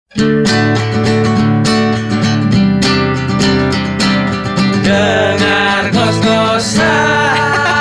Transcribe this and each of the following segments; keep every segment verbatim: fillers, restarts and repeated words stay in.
Dengar ngos-ngosan.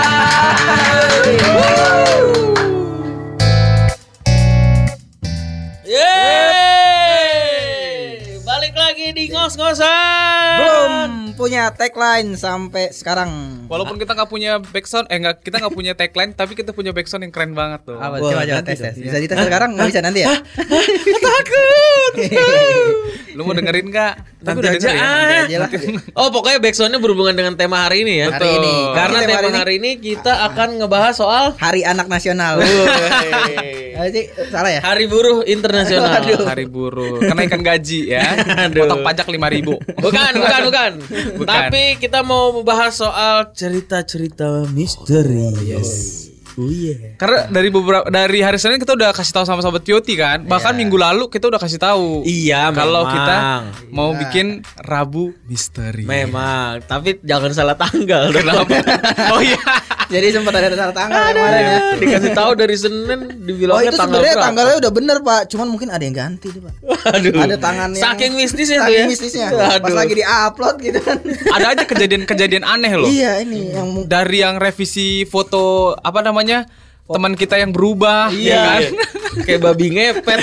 Yeay, balik lagi di ngos-ngosan. Belum punya tagline sampai sekarang. Walaupun kita nggak punya backsound, eh nggak kita nggak punya tagline, tapi kita punya backsound yang keren banget tuh. Apa? Wah, Coba coba nanti tes tes. dong, Bisa dites sekarang? Nggak bisa nanti ya? Takut. Lu mau dengerin nggak? Tapi Nanti udah aja, denger ya. ah. Nanti aja lah. Oh, pokoknya backsoundnya berhubungan dengan tema hari ini ya. Hari ini. Karena Apa tema hari ini kita akan ngebahas soal Hari Anak Nasional. Wey. Apa sih? Salah ya? Hari Buruh Internasional. Aduh. Hari buruh, kenaikan gaji ya. Aduh. Potong pajak lima ribu. Bukan, bukan, bukan, Bukan. Tapi kita mau membahas soal cerita-cerita misteri. Yes. Oh iya. Karena dari beberapa dari hari Senin kita udah kasih tahu sama sobat Yoti kan. Bahkan Iya. minggu lalu kita udah kasih tahu. Iya, Kalau memang. kita mau Iya. bikin Rabu Misteri. Memang, tapi jangan salah tanggal. Kenapa? Oh iya. Jadi sempat ada salah tanggal kemarin ya. Dikasih tahu dari Senin Oh dibilangnya itu tanggal sebenarnya berapa? tanggalnya udah bener Pak, cuman mungkin ada yang ganti nih Pak. Aduh. Ada tangan yang Saking mistisnya tuh saking ya. mistisnya. Pas Aduh. lagi di-upload gitu kan. Ada aja kejadian-kejadian aneh loh. Iya ini yang mu- Dari yang revisi foto apa namanya? Teman kita yang berubah, Iya ya kan? Kayak babi ngepet.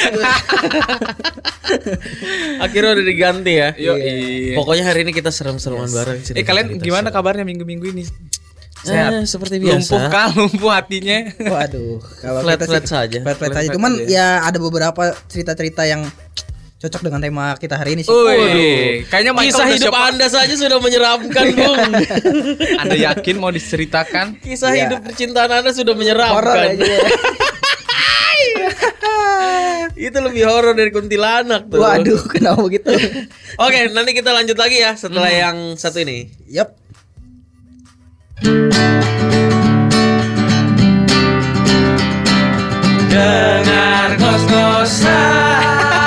Akhirnya udah diganti ya. Yo, iya. Pokoknya hari ini kita serem-sereman bareng. Eh kalian gimana kabarnya minggu-minggu ini? Sehat. Eh, seperti biasa. Lumpuh kah? Lumpuh hatinya? Waduh, kalau Flat- kita flat sih- saja. Flat-flat Flat- saja. flat Cuman aja. ya ada beberapa cerita-cerita yang cocok dengan tema kita hari ini sih. Wih, kayaknya Michael Kisah udah hidup siap- Anda saja sudah menyeramkan, Bung. Anda yakin mau diceritakan? Kisah Iya. hidup percintaan Anda sudah Horor menyeramkan. aja ya. Itu lebih horor dari kuntilanak tuh. Waduh, kenapa begitu? Oke, nanti kita lanjut lagi ya setelah yang satu ini. Yap. Dengar ngos-ngosan.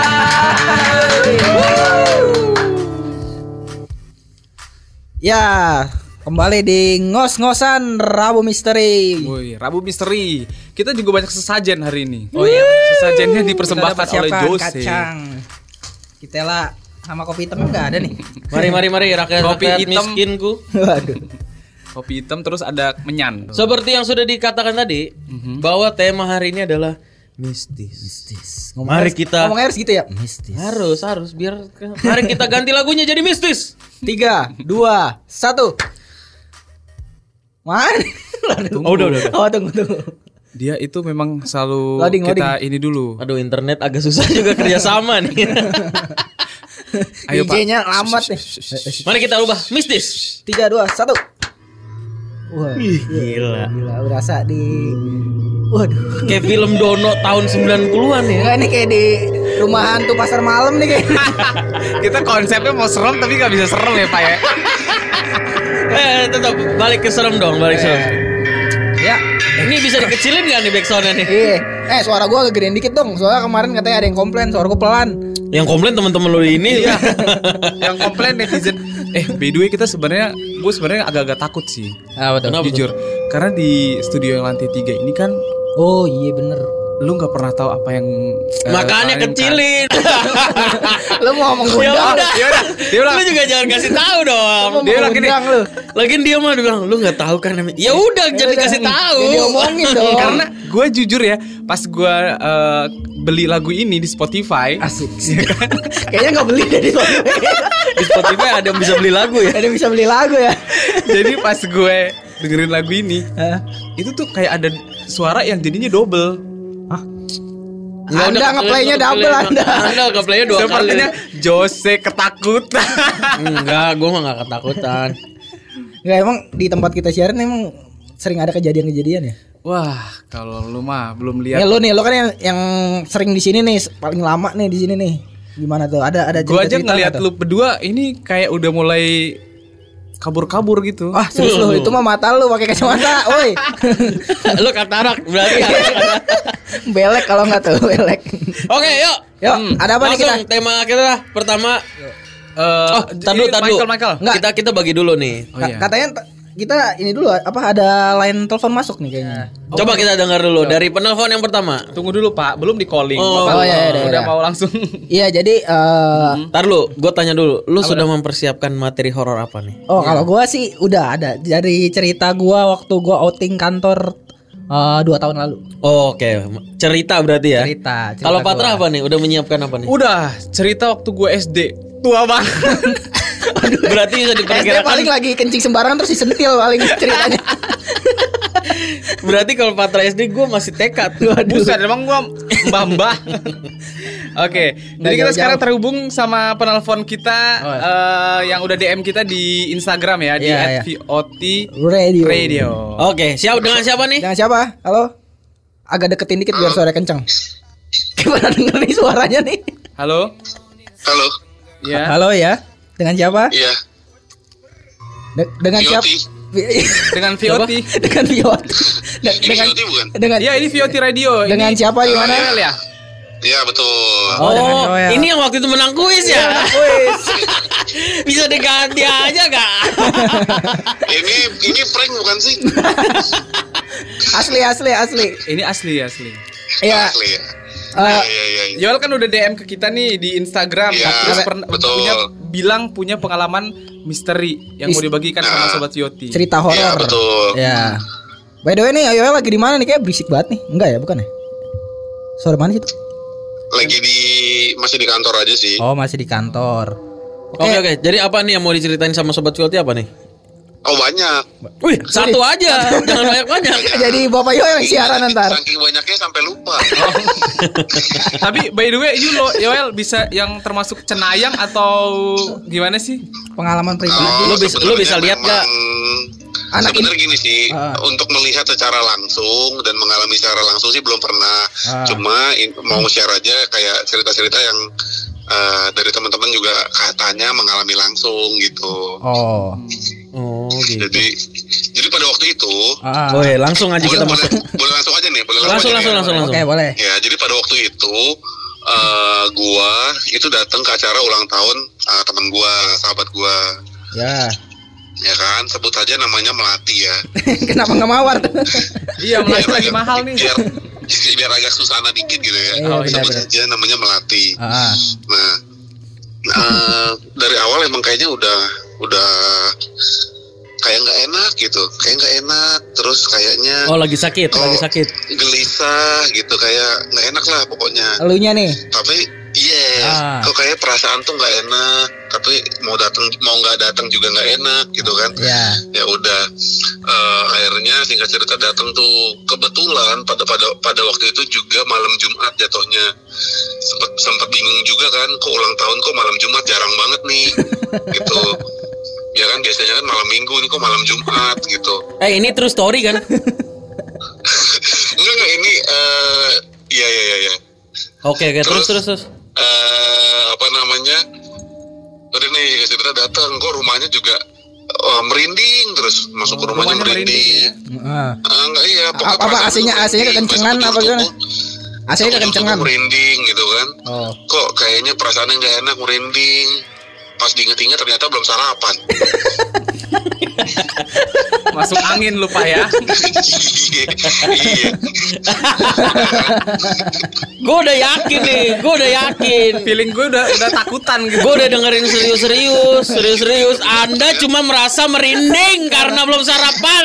Ya, kembali di ngos-ngosan Rabu Misteri. Woi, Rabu Misteri. Kita juga banyak sesajen hari ini. Oh iya. Sesajennya Kita dipersembahkan udah oleh persiapkan Jose. kacang. Kitela sama kopi hitam enggak ada nih. Mari mari mari rakyat Kopi rakyat hitam. miskinku. Waduh. Kopi hitam terus ada menyan. Seperti yang sudah dikatakan tadi, bahwa tema hari ini adalah mistis. Mistis. Mari kita Ngomongnya harus gitu ya. Mistis. harus harus biar mari kita ganti lagunya jadi mistis. Tiga, dua, satu. Mana? Oh, udah, udah, udah. Oh, tunggu, tunggu. Dia itu memang selalu Loading, kita ini dulu. Aduh, internet agak susah juga kerjasama nih. Ayo, Pak. D J-nya lambat nih. Mari kita ubah mistis. Tiga, dua, satu. Wah, Gila. gila, berasa di. Waduh. Kayak film Dono tahun sembilan puluhan ya. Enggak, ini kayak di rumah hantu pasar malam nih kayaknya. Kita konsepnya mau serem tapi nggak bisa serem ya Pak ya. Eh, tetap balik ke serem dong, balik serem. Ya. Ini bisa dikecilin gak nih backsoundnya nih? Iya. Eh, suara gua agak gedein dikit dong. Soalnya kemarin katanya ada yang komplain suara gua pelan. Yang komplain teman-teman lu ini. Yang komplain netizen. Eh, by the way kita sebenarnya, gue sebenarnya agak-agak takut sih. Ah, betul. Kenapa tuh? Jujur, karena di studio yang lantai tiga ini kan Oh, iya bener. lu nggak pernah tahu apa yang eh, Makanya kalian kecilin. Lu mau ngomong Ya gundang. udah. Ya udah, dia bilang, Lu juga jangan kasih tahu dong. Lu Dia mau lagi nih. ngundang lu. Lagian dia mah dia bilang lu nggak tahu kan namanya. Ya udah jadi udah. kasih tahu. Jadi omongin dong. karena gue jujur ya, pas gue eh, beli lagu ini di Spotify, Asik. Kayaknya enggak beli dari Spotify. Di Spotify ada yang bisa beli lagu ya. Ada yang bisa beli lagu ya. jadi pas gue dengerin lagu ini, Hah? itu tuh kayak ada suara yang jadinya double. Anda ngeplaynya double Anda. Anda ngeplaynya dua kali. Sepertinya Jose ketakutan. Enggak, gua mah enggak ketakutan. Enggak, emang di tempat kita siaran emang sering ada kejadian-kejadian ya. Wah, kalau lu mah belum lihat. Ya lu nih, lu kan yang, yang sering di sini nih, paling lama nih di sini nih. Gimana tuh? Ada ada Gue aja cerita-cerita ngeliat nggak lu berdua ini kayak udah mulai kabur-kabur gitu. Ah, serius lu, itu mah mata lu pakai kacamata, woi. Lu katarak berarti. Belek kalau enggak tuh, belek. Oke, yuk. Yuk, ada apa nih kita? Langsung tema kita pertama. Eh, Oh, tar dulu, tar dulu. Michael, Michael. Enggak. Kita kita bagi dulu nih. Oh, iya. Katanya t- kita ini dulu apa ada line telepon masuk nih kayaknya. Coba kita dengar dulu dari penelpon yang pertama. Tunggu dulu Pak, belum di calling. Oh, oh iya, iya, udah iya. mau langsung. Iya, jadi uh, Ntar lu, gue tanya dulu, lu sudah mempersiapkan materi horor apa nih? oh kalau gua sih udah ada dari cerita gua waktu gua outing kantor uh, dua tahun lalu. Oh, Oke, cerita berarti ya. Cerita. cerita Kalau Patra gua. apa nih? Udah menyiapkan apa nih? Udah, cerita waktu gue S D. Tua banget. Berarti bisa S D diperkirakan. paling lagi kencing sembarangan terus disentil paling ceritanya. Berarti kalau Patra S D gue masih T K tuh. Buset, emang gua mbah-mbah. Oke, jadi kita jauh-jauh. sekarang terhubung sama penelpon kita Oh, iya. eh, yang udah D M kita di Instagram ya, di Iya, at iya. V O T Radio. Radio. Oke, siap dengan siapa nih? Dengan siapa? Halo? Agak deketin dikit biar suara kenceng. Gimana denger nih suaranya nih? Halo? Halo, Ya. Halo ya. Dengan siapa? iya, De- dengan siapa? Vioti. Dengan V O T. dengan Vioti. De- Ini dengan Vioti bukan? dengan Iya, ini V O T Radio. dengan Ini siapa di mana? Noel ya? Iya betul. Oh, dengan Oh, Noel. ini yang waktu itu menang kuis ya? Wis. Bisa diganti aja gak? Ini ini prank bukan sih? Asli asli asli. Ini asli asli. Iya. Asli ya. eh, Iya iya iya. Yoel kan udah D M ke kita nih di Instagram. Iya, Terus pernah betul. punya bilang punya pengalaman misteri yang mau Mis- dibagikan sama Nah. sobat V O T. cerita Iya horor. betul. Ya. By the way nih, Ayo lagi di mana nih? Kayak berisik banget nih. Enggak ya, bukan ya? Suara mana sih itu? Lagi di masih di kantor aja sih. Oh, masih di kantor. Oke oke, jadi apa nih yang mau diceritain sama Sobat Vioti apa nih? Oh banyak. Wih, satu aja, jangan banyak-banyak. Jadi Bapak Yo yang siaran ntar. Saking banyaknya sampai lupa. Tapi by the way, you lo, Yoel bisa yang termasuk cenayang atau gimana sih? Pengalaman pribadi. Lu bisa- lu bisa lihat nggak? Anak Sebenarnya gini sih, Ah. untuk melihat secara langsung dan mengalami secara langsung sih belum pernah. Ah. Cuma in- mau share aja kayak cerita-cerita yang eh, dari teman-teman juga katanya mengalami langsung gitu. Oh. Oh gitu. Jadi jadi pada waktu itu Ah. Oke, langsung aja kita boleh, masuk. boleh, boleh langsung aja nih, boleh Langsung aja langsung nih. langsung langsung. Oke, boleh. Ya, jadi pada waktu itu eh gua itu datang ke acara ulang tahun eh, teman gua, sahabat gua. Ya. Ya kan, sebut saja namanya Melati ya. Kenapa nggak mawar? Iya, Biar Melati lagi agak- mahal nih. Biar, biar agak susana dikit gitu ya. Iya, Oh, benar, sebut benar. saja namanya Melati. Ah. Nah, eh, dari awal emang kayaknya udah udah kayak nggak enak gitu, kayak nggak enak. Terus kayaknya Oh, lagi sakit, Oh. lagi sakit. gelisah gitu, kayak nggak enak lah pokoknya. Elunya nih. Tapi yes, Ah. kok kayak perasaan tuh nggak enak. Tapi mau datang mau nggak datang juga nggak enak gitu kan. Ya. Ya udah, eh, akhirnya singkat cerita datang tuh. Kebetulan pada pada pada waktu itu juga malam Jumat jatuhnya. Sempet sempat bingung juga kan, kok ulang tahun kok malam Jumat, jarang banget nih gitu. Ya kan biasanya kan malam Minggu, ini kok malam Jumat gitu. Eh, ini true story kan? Enggak enggak ini eh iya iya iya ya. Oke, oke, terus terus terus. Eh apa namanya? Udah nih singkat cerita datang, kok rumahnya juga eh, merinding terus, masuk ke rumahnya, rumahnya merinding. merinding Ah. Ah, enggak iya, pokoknya Apa- apa perasaan AC-nya tuh AC-nya merinding. kekencengan Pas apa gimana? ujung-ujung A C-nya tubuh kekencengan. merinding gitu kan. Oh. Kok kayaknya perasaannya nggak enak, merinding. Pas diinget-inget ternyata belum sarapan. Masuk angin lupa ya. Iya. Gue udah yakin nih, gue udah yakin. Feeling gue udah udah takutan gitu. Gue udah dengerin serius-serius, serius-serius. Anda cuma merasa merinding karena belum sarapan.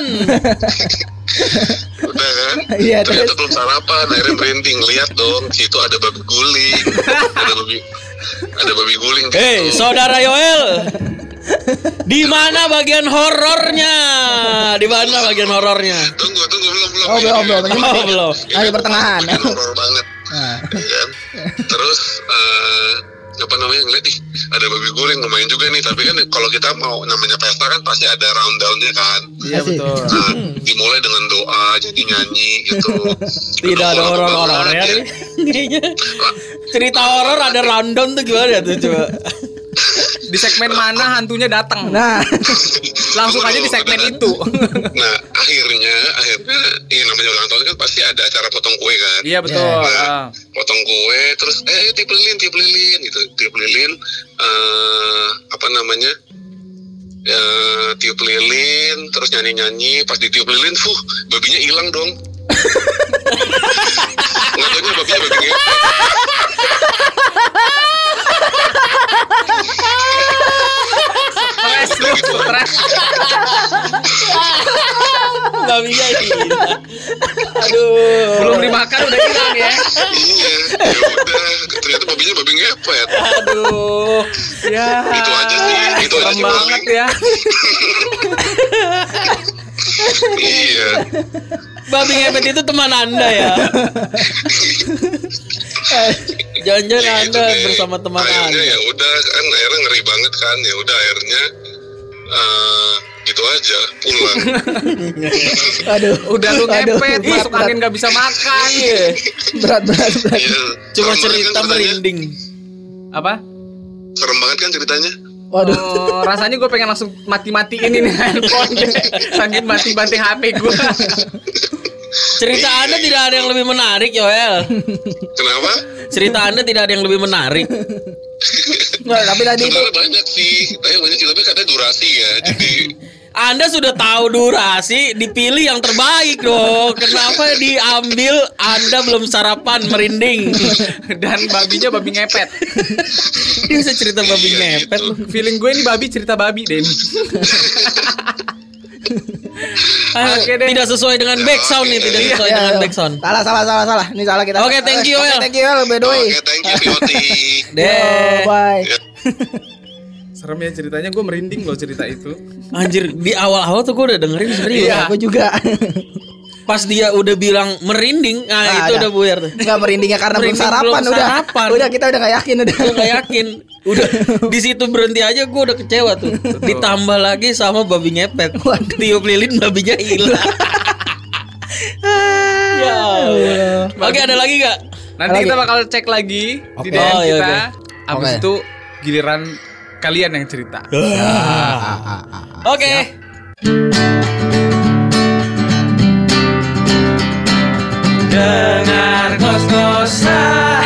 Udah kan? Iya, Ternyata terus? belum sarapan, akhirnya merinding. Lihat dong, situ ada babi guling. Ada babi ada babi guling di Hei, situ. saudara Yoel, di mana bagian horornya? Di mana bagian horornya? Tunggu, tunggu, belum, belum. Oh, belum, belum. Ini Oh, masih- belum. Ini Lagi pertengahan. bikin horor banget. Nah. Ya kan? Terus eh, apa namanya, ngeliat ih ada babi guling, lumayan juga nih. Tapi kan kalau kita mau namanya pesta kan pasti ada rundownnya kan. Iya Asik. betul. Nah, dimulai dengan doa, jadi nyanyi gitu. Tidak ada Aduh, horor lama horornya banget ya. nih. Kayaknya cerita horor ada rundown tuh gimana tuh coba? Di segmen mana hantunya datang? Nah. Langsung aja di segmen itu. Nah, akhirnya, akhirnya, ini namanya ulang tahun kan pasti ada acara potong kue kan. Iya betul. Nah, Ah. potong kue, terus eh ayo tiup lilin, tiup lilin gitu, tiup lilin. eh apa namanya? ya, tiup lilin, terus nyanyi-nyanyi. Pas ditiup lilin, fuh, babinya hilang dong. Nggak taunya babinya babi ngepet. Stres lu, stres. Babinya hilang. Aduh. Belum dimakan udah hilang ya. Iya, ya udah. Ternyata babinya babi ngepet. Aduh. Ya. Itu aja sih, itu aja Serem sih banget paling. ya. Iya. Babi ngepet itu teman Anda ya? Jangan-jangan Ya, Anda deh. bersama teman akhirnya Anda. ya udah kan akhirnya ngeri banget kan, ya udah akhirnya eh, gitu aja pulang. Aduh. Udah lu Aduh, ngepet, berat, masuk angin gak bisa makan. berat berat berat. Iya, Cuma serem banget cerita kan ceritanya. merinding. Apa? Serem banget kan ceritanya. Waduh. Oh, rasanya gue pengen langsung mati-matiin ini nih handphone deh. Saking banting-banting H P gue. Cerita Anda tidak ada yang lebih menarik, Yoel. Kenapa? Cerita Anda tidak ada yang lebih menarik. Nggak, tapi tadi itu Sebenarnya banyak sih, tapi banyak sih, tapi katanya durasi ya, jadi Anda sudah tahu durasi, dipilih yang terbaik dong. Kenapa diambil Anda belum sarapan merinding? Dan babinya babi ngepet. Dia bisa cerita babi Iya, ngepet gitu. loh. Feeling gue ini babi cerita babi deh ini. Ah, Oke deh. tidak sesuai dengan background nih, tidak Iya, sesuai ya, dengan ya. background. Salah salah salah salah. Ini salah kita. Oke, thank you, Oke, El. thank you, El, by the way. oke, thank you Pioti. Deh. Bye. Ya. Serem ya ceritanya, gue merinding loh cerita itu. Anjir, di awal-awal tuh gue udah dengerin serius. Iya, aku juga. Pas dia udah bilang merinding, nah Ah, itu ada. udah buyar tuh. Enggak merindingnya karena belum Merinding sarapan belum udah. sarapan. Udah kita udah gak yakin udah. Gue gak yakin. Udah di situ berhenti aja gue udah kecewa tuh. Ditambah lagi sama babi ngepet. Tiup lilin babinya hilang. Ya Allah. Oke, ada lagi gak? Nanti Lagi. kita bakal cek lagi Oke. di D M Oh, iya, kita. oke. Abis Oke. itu giliran kalian yang cerita. Oke. Dengar kos-kosan.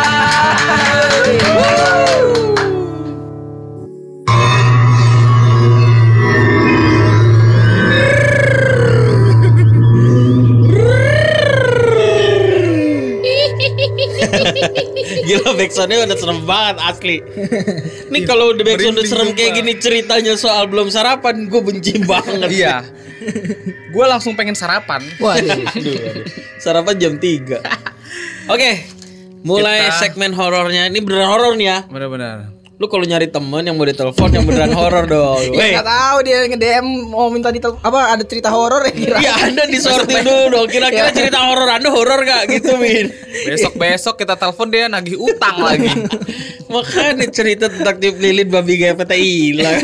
Gila, backsoundnya udah serem banget asli. Nih kalau udah backsound udah Merinding serem kayak sumpah. gini ceritanya soal belum sarapan, gue benci banget. Iya. Gue langsung pengen sarapan. Waduh. Aduh, aduh. Sarapan jam tiga. Oke. Mulai Kita- segmen horornya. Ini beneran horor nih ya. Benar-benar. Lu kalau nyari temen yang mau ditelepon yang beneran horor dong. Ya Weh. nggak tahu dia nge-D M mau minta di apa ada cerita horor ya kira. Iya, Anda disortir dulu dong. Kira-kira cerita horor Anda horor gak gitu, Min? Besok-besok kita telepon dia nagih utang lagi. Makanya cerita tentang tiup lilin babi ngepet hilang.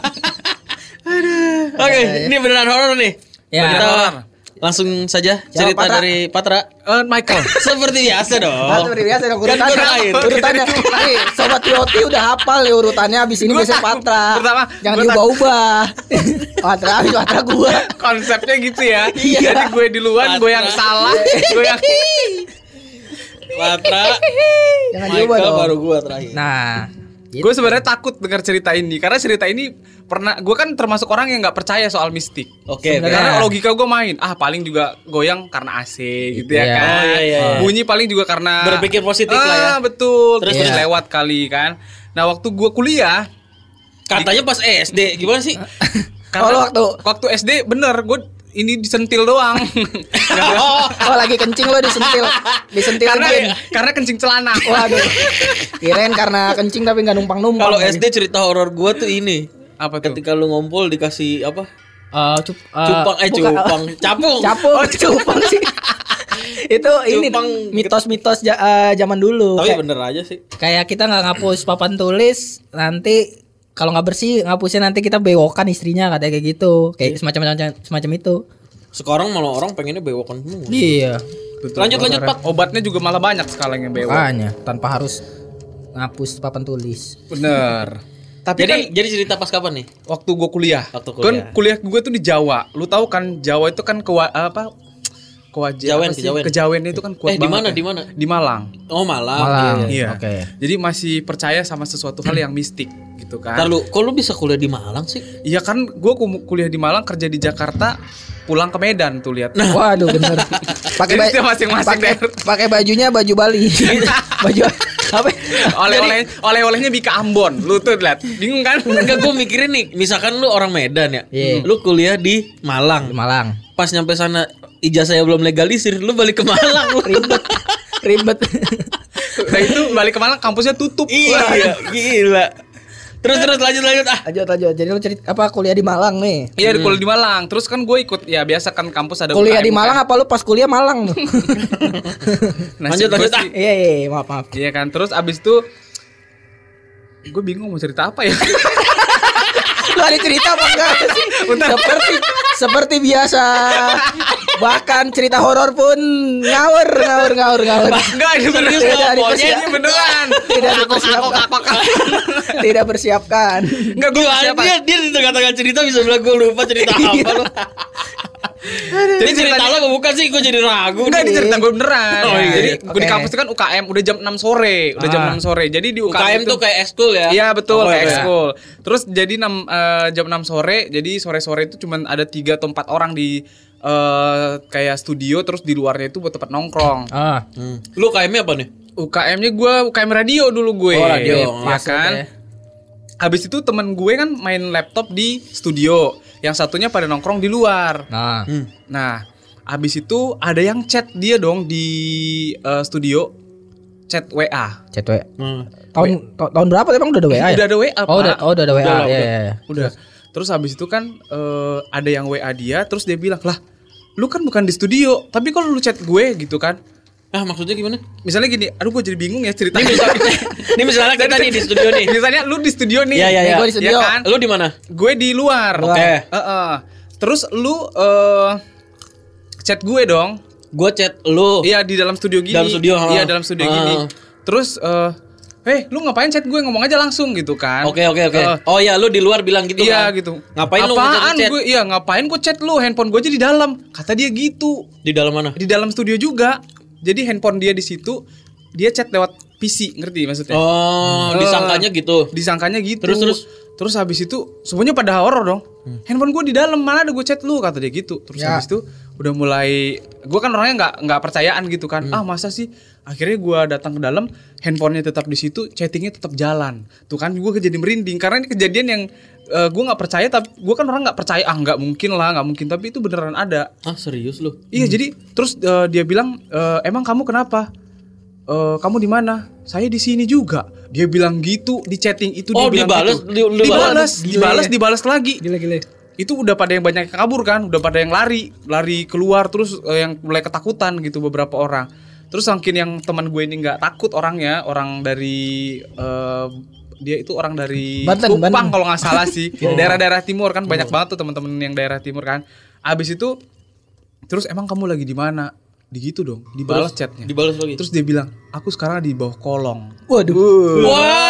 Oke, ini beneran horor nih. Ya. Kita Beneran horor. langsung saja Jawab, cerita Patra. dari Patra. Eh, Michael. Seperti biasa dong. Ah, seperti biasa dong Kan urutannya. gua lain. Urutannya. Nih, sobat Yoti udah hafal ya urutannya abis ini Gua biasanya tahu. Patra. Pertama, Jangan gua tahu. diubah-ubah. Patra abis Patra gua. Konsepnya gitu ya. Iya. Jadi gue duluan, gue yang Patra. salah, gue yang Patra, Jangan diubah Michael dong. baru gua terakhir. Nah, gitu. Gue sebenarnya takut dengar cerita ini karena cerita ini pernah gue kan termasuk orang yang nggak percaya soal mistik. Oke, oke. Sebenarnya- Karena logika gue main, ah paling juga goyang karena A C gitu ya Iya. kan. Oh, iya, iya, iya. Bunyi paling juga karena Berpikir positif ah, lah ya. betul. Terus, Terus terus iya. lewat kali kan. Nah waktu gue kuliah, Katanya pas S D gimana sih? Oh, lu waktu- waktu S D bener gue ini disentil doang. Oh, Oh lagi kencing lo disentil, disentil karena Jin. karena kencing celana. Waduh. Kirain karena kencing tapi nggak numpang-numpang. kalau S D cerita horor gua tuh ini. Apa tuh? Ketika lu ngumpul dikasih apa? Eh, cup, eh, Cupang eh bukan- cupang, capung. Capung, Oh, cupang sih. Itu ini Cupang. mitos-mitos ja- eh, zaman dulu. Tapi Kayak- bener aja sih. Kayak kita nggak ngapus papan tulis, nanti kalau nggak bersih ngapusnya nanti kita bewokan istrinya katanya kayak gitu, kayak semacam semacam, semacam itu. Sekarang malah orang pengennya bewokan semua. Iya. Lanjut lanjut Pak. Obatnya juga malah banyak sekarang yang bewok. Makanya tanpa harus ngapus papan tulis. Bener. Tapi Jadi kan jadi cerita pas kapan nih? waktu gue kuliah, Waktu kan kuliah. kuliah gue tuh di Jawa. Lu tahu kan Jawa itu kan ke apa Kejawen, apa sih? kejawen. Kejawen itu kan kuat Eh, di banget. mana, ya. di mana? Di Malang. Oh Malang. Malang. Iya. Iya. Oke. Jadi masih percaya sama sesuatu hal yang mistik gitu kan. Ntar lu, kok lu bisa kuliah di Malang sih? Iya kan gue kuliah di Malang, kerja di Jakarta, pulang ke Medan tuh lihat. Waduh bener. Pakai Jadi ba- dia masing-masing pakai daerah. pakai bajunya baju Bali. Baju apa? Oleh-oleh oleh-olehnya Bika Ambon. Lu tuh lihat. Bingung kan? Enggak, gue mikirin nih, misalkan lu orang Medan ya, Iya. lu kuliah di Di Malang. Malang. Pas nyampe sana ijazahnya belum legalisir, lu balik ke Malang. Lu. Ribet. Ribet. Nah itu balik ke Malang kampusnya tutup. Iya, gila. Terus terus lanjut lanjut ah. Lanjut lanjut. Jadi lu cerita apa kuliah di Malang nih? Iya, di kuliah di Malang. Terus kan gue ikut ya biasa kan kampus ada Kuliah U K M, di Malang kan. apa lu pas kuliah Malang? Nasib Lanjut, gue lanjut, sih- Iya iya iya, maaf maaf. Iya kan. Terus abis itu gue bingung mau cerita apa ya. Lu ada cerita apa enggak sih? Bentar. Seperti seperti biasa. Bahkan cerita horor pun ngawur ngawur ngawur ngawur. Enggak, ini beneran. Serius, Tidak pokoknya dipersiap- Ini beneran. Tidak dipersiapkan. Tidak persiapkan. Enggak gue Gua siapa? dia dia di tengah-tengah cerita bisa bilang gue lupa cerita apa lu. Jadi cerita lo apa bukan sih? Gue jadi ragu. Enggak, ini nih. cerita gue beneran. Oh, iya. Jadi Oke. gue di kampus itu kan U K M udah jam enam sore, udah jam Ah. enam sore. Jadi di U U K M, K M itu- tuh kayak ekskul ya? Iya betul, Oh, kayak iya. ekskul. Terus jadi enam eh, jam enam sore, jadi sore-sore itu cuman ada tiga atau empat orang di eh, kayak studio, terus di luarnya itu buat tempat nongkrong. Ah. Hmm. Lu K M-nya apa nih? U K M-nya gue U K M radio dulu gue. Oh, radio. Ya Masuk kan. ya. Habis itu temen gue kan main laptop di studio, yang satunya pada nongkrong di luar. Nah. Hmm. Nah, habis itu ada yang chat dia dong di eh, studio, chat W A. Chat W. Hmm. Tahun ta- tahun berapa emang udah ada W A ya? Udah ada W A, Oh, udah Pak. oh udah ada W A. Udah lah, Iya udah. iya iya. Udah. Terus habis itu kan eh, ada yang W A dia, terus dia bilang, "Lah, lu kan bukan di studio, tapi kok lu chat gue gitu kan?" Ah maksudnya gimana? Misalnya gini, aduh gue jadi bingung ya ceritanya. Ini misalnya, ini misalnya kita nih di studio nih. Misalnya lu di studio nih. Iya iya Nih, iya. gua di studio. kan? Lu di mana? Gue di luar. Luar. Oke. Heeh. Terus lu eh chat gue dong. Gue chat lu. Iya di dalam studio gini. Dalam studio, ha. Iya dalam studio Ha. gini. Terus eh "Hei, lu ngapain chat gue? Ngomong aja langsung gitu kan." Oke oke oke. Eh, Oh ya lu di luar bilang gitu iya kan? gitu. Ngapain lu Apaan ngechat-ngechat? gue? Iya, ngapain gue chat lu? Handphone gue aja di dalam. Kata dia gitu. Di dalam mana? Di dalam studio juga. Jadi handphone dia di situ, dia chat lewat P C, ngerti maksudnya? Oh, Eh, disangkanya gitu. Disangkanya gitu. Terus, terus? Terus habis itu semuanya pada horor dong. Handphone gue di dalam, mana ada gue chat lu, kata dia gitu. Terus Ya. habis itu udah mulai, gue kan orangnya nggak nggak percayaan gitu kan. Ah masa sih? Akhirnya gue datang ke dalam, handphonenya tetap di situ, chattingnya tetap jalan. Tuh kan gue jadi merinding karena ini kejadian yang eh, gue nggak percaya, tapi gue kan orang nggak percaya. Ah nggak mungkin lah, nggak mungkin. Tapi itu beneran ada. Ah serius lu? Iya jadi terus eh, dia bilang "Eh, emang kamu kenapa? Eh, kamu di mana? Saya di sini juga." Dia bilang gitu di chatting itu. Oh, dia bilang dibales, gitu. di- dibales. dibales, Gila dibales, ya. dibales lagi. Gila gila. Itu udah pada yang banyak yang kabur kan, udah pada yang lari, lari keluar terus eh, yang mulai ketakutan gitu beberapa orang. Terus saking yang teman gue ini nggak takut orangnya, orang dari eh, dia itu orang dari Banten, Kupang Banten. kalau nggak salah sih, daerah-daerah timur kan banyak banget tuh teman-teman yang daerah timur kan. Abis itu terus emang kamu lagi di mana? Digitu dong, dibalas Terus chatnya. Dibalas lagi. Terus dia bilang, aku sekarang di bawah kolong. Waduh.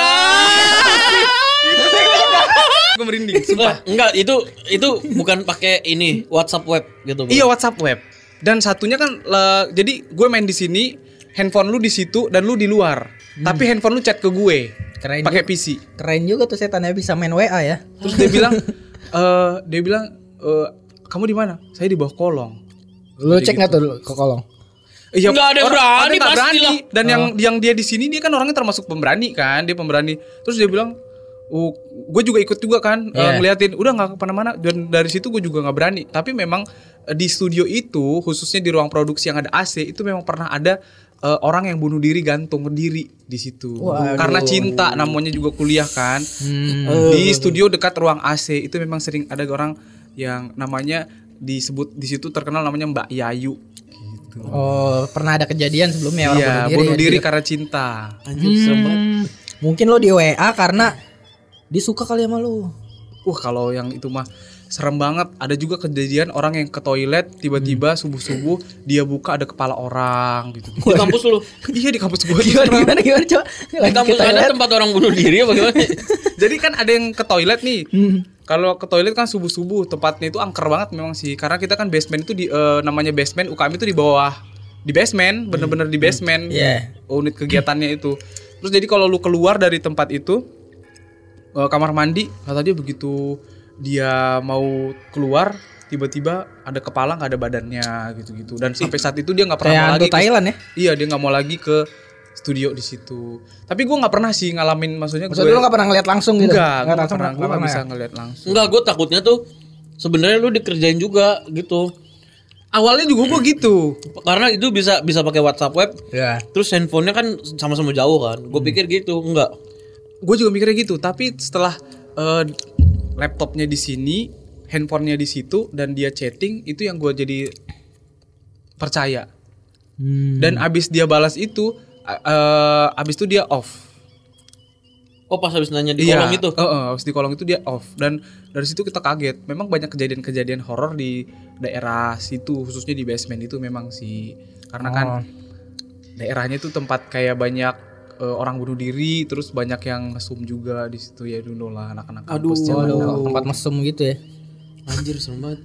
Gue merinding. Wah, enggak itu itu bukan pakai ini WhatsApp web gitu. Iya WhatsApp web. Dan satunya kan le- jadi gue main di sini, handphone lu di situ dan lu di luar. Tapi handphone lu chat ke gue Keren pakai juga. P C. Keren juga tuh setannya bisa main W A ya. Terus dia bilang eh dia bilang eh, kamu di mana? Saya di bawah kolong. Lu cek nggak tuh ke kolong? Iya, Nggak ada yang orang- berani, ada yang nggak pastilah. Dan yang yang dia di sini dia kan orangnya termasuk pemberani kan, dia pemberani. Terus dia bilang, "Oh, gue juga ikut juga kan, eh, Iya. ngeliatin. Udah nggak kemana-mana." Dan dari situ gue juga nggak berani. Tapi memang eh, di studio itu, khususnya di ruang produksi yang ada A C, itu memang pernah ada eh, orang yang bunuh diri gantung diri di situ. Waduh. Karena cinta, namanya juga kuliah kan. Hmm. Di studio dekat ruang A C itu memang sering ada orang yang namanya disebut di situ terkenal namanya Mbak Yayu. Oh, pernah ada kejadian sebelumnya orang Iya, bunuh diri. bunuh ya, diri gitu. karena cinta. Anjir serem banget. Hmm, mungkin lo di W A karena dia suka kali sama lu. Wah, kalau yang itu mah serem banget. Ada juga kejadian orang yang ke toilet tiba-tiba subuh-subuh dia buka ada kepala orang gitu. Di kampus lu. Iya di kampus gue. Gimana gimana gimana coba. Di kampus ada tempat orang bunuh diri apa gimana? Jadi kan ada yang ke toilet nih. Hmm. Kalau ke toilet kan subuh-subuh, tempatnya itu angker banget memang sih. Karena kita kan basement itu di uh, namanya basement, U K M itu di bawah. Di basement, bener-bener di basement. Iya. Unit kegiatannya itu. Terus jadi kalau lu keluar dari tempat itu uh, kamar mandi, kata dia begitu dia mau keluar tiba-tiba ada kepala nggak ada badannya gitu-gitu. Dan sampai saat itu dia nggak pernah Kayak mau hantu lagi. ke- Thailand ya? Iya, dia nggak mau lagi ke studio di situ. Tapi gue nggak pernah sih ngalamin, maksudnya Maksudnya gue lu gak pernah ngeliat langsung gitu? enggak, gue nggak langsung, pernah, gue nggak nggak bisa ya? ngeliat langsung. Enggak, gue takutnya tuh sebenarnya lu dikerjain juga gitu. Awalnya juga gue gitu. Karena itu bisa bisa pakai WhatsApp web. Iya. Terus handphonenya kan sama-sama jauh kan. Gue pikir gitu, enggak. Gue juga mikirnya gitu. Tapi setelah eh, laptopnya di sini, handphonenya di situ, dan dia chatting, itu yang gue jadi percaya. Hmm. Dan abis dia balas itu, eh, abis itu dia off. Oh, pas habis nanya di Iya, kolom itu. eh, eh, abis di kolom itu dia off. Dan dari situ kita kaget. Memang banyak kejadian-kejadian horor di daerah situ, khususnya di basement itu memang sih. Karena kan Oh. daerahnya itu tempat kayak banyak eh, orang bunuh diri, terus banyak yang mesum juga di situ ya dulu lah anak-anak kampus. zaman Waduh, dulu. tempat mesum gitu ya. Anjir, serem banget.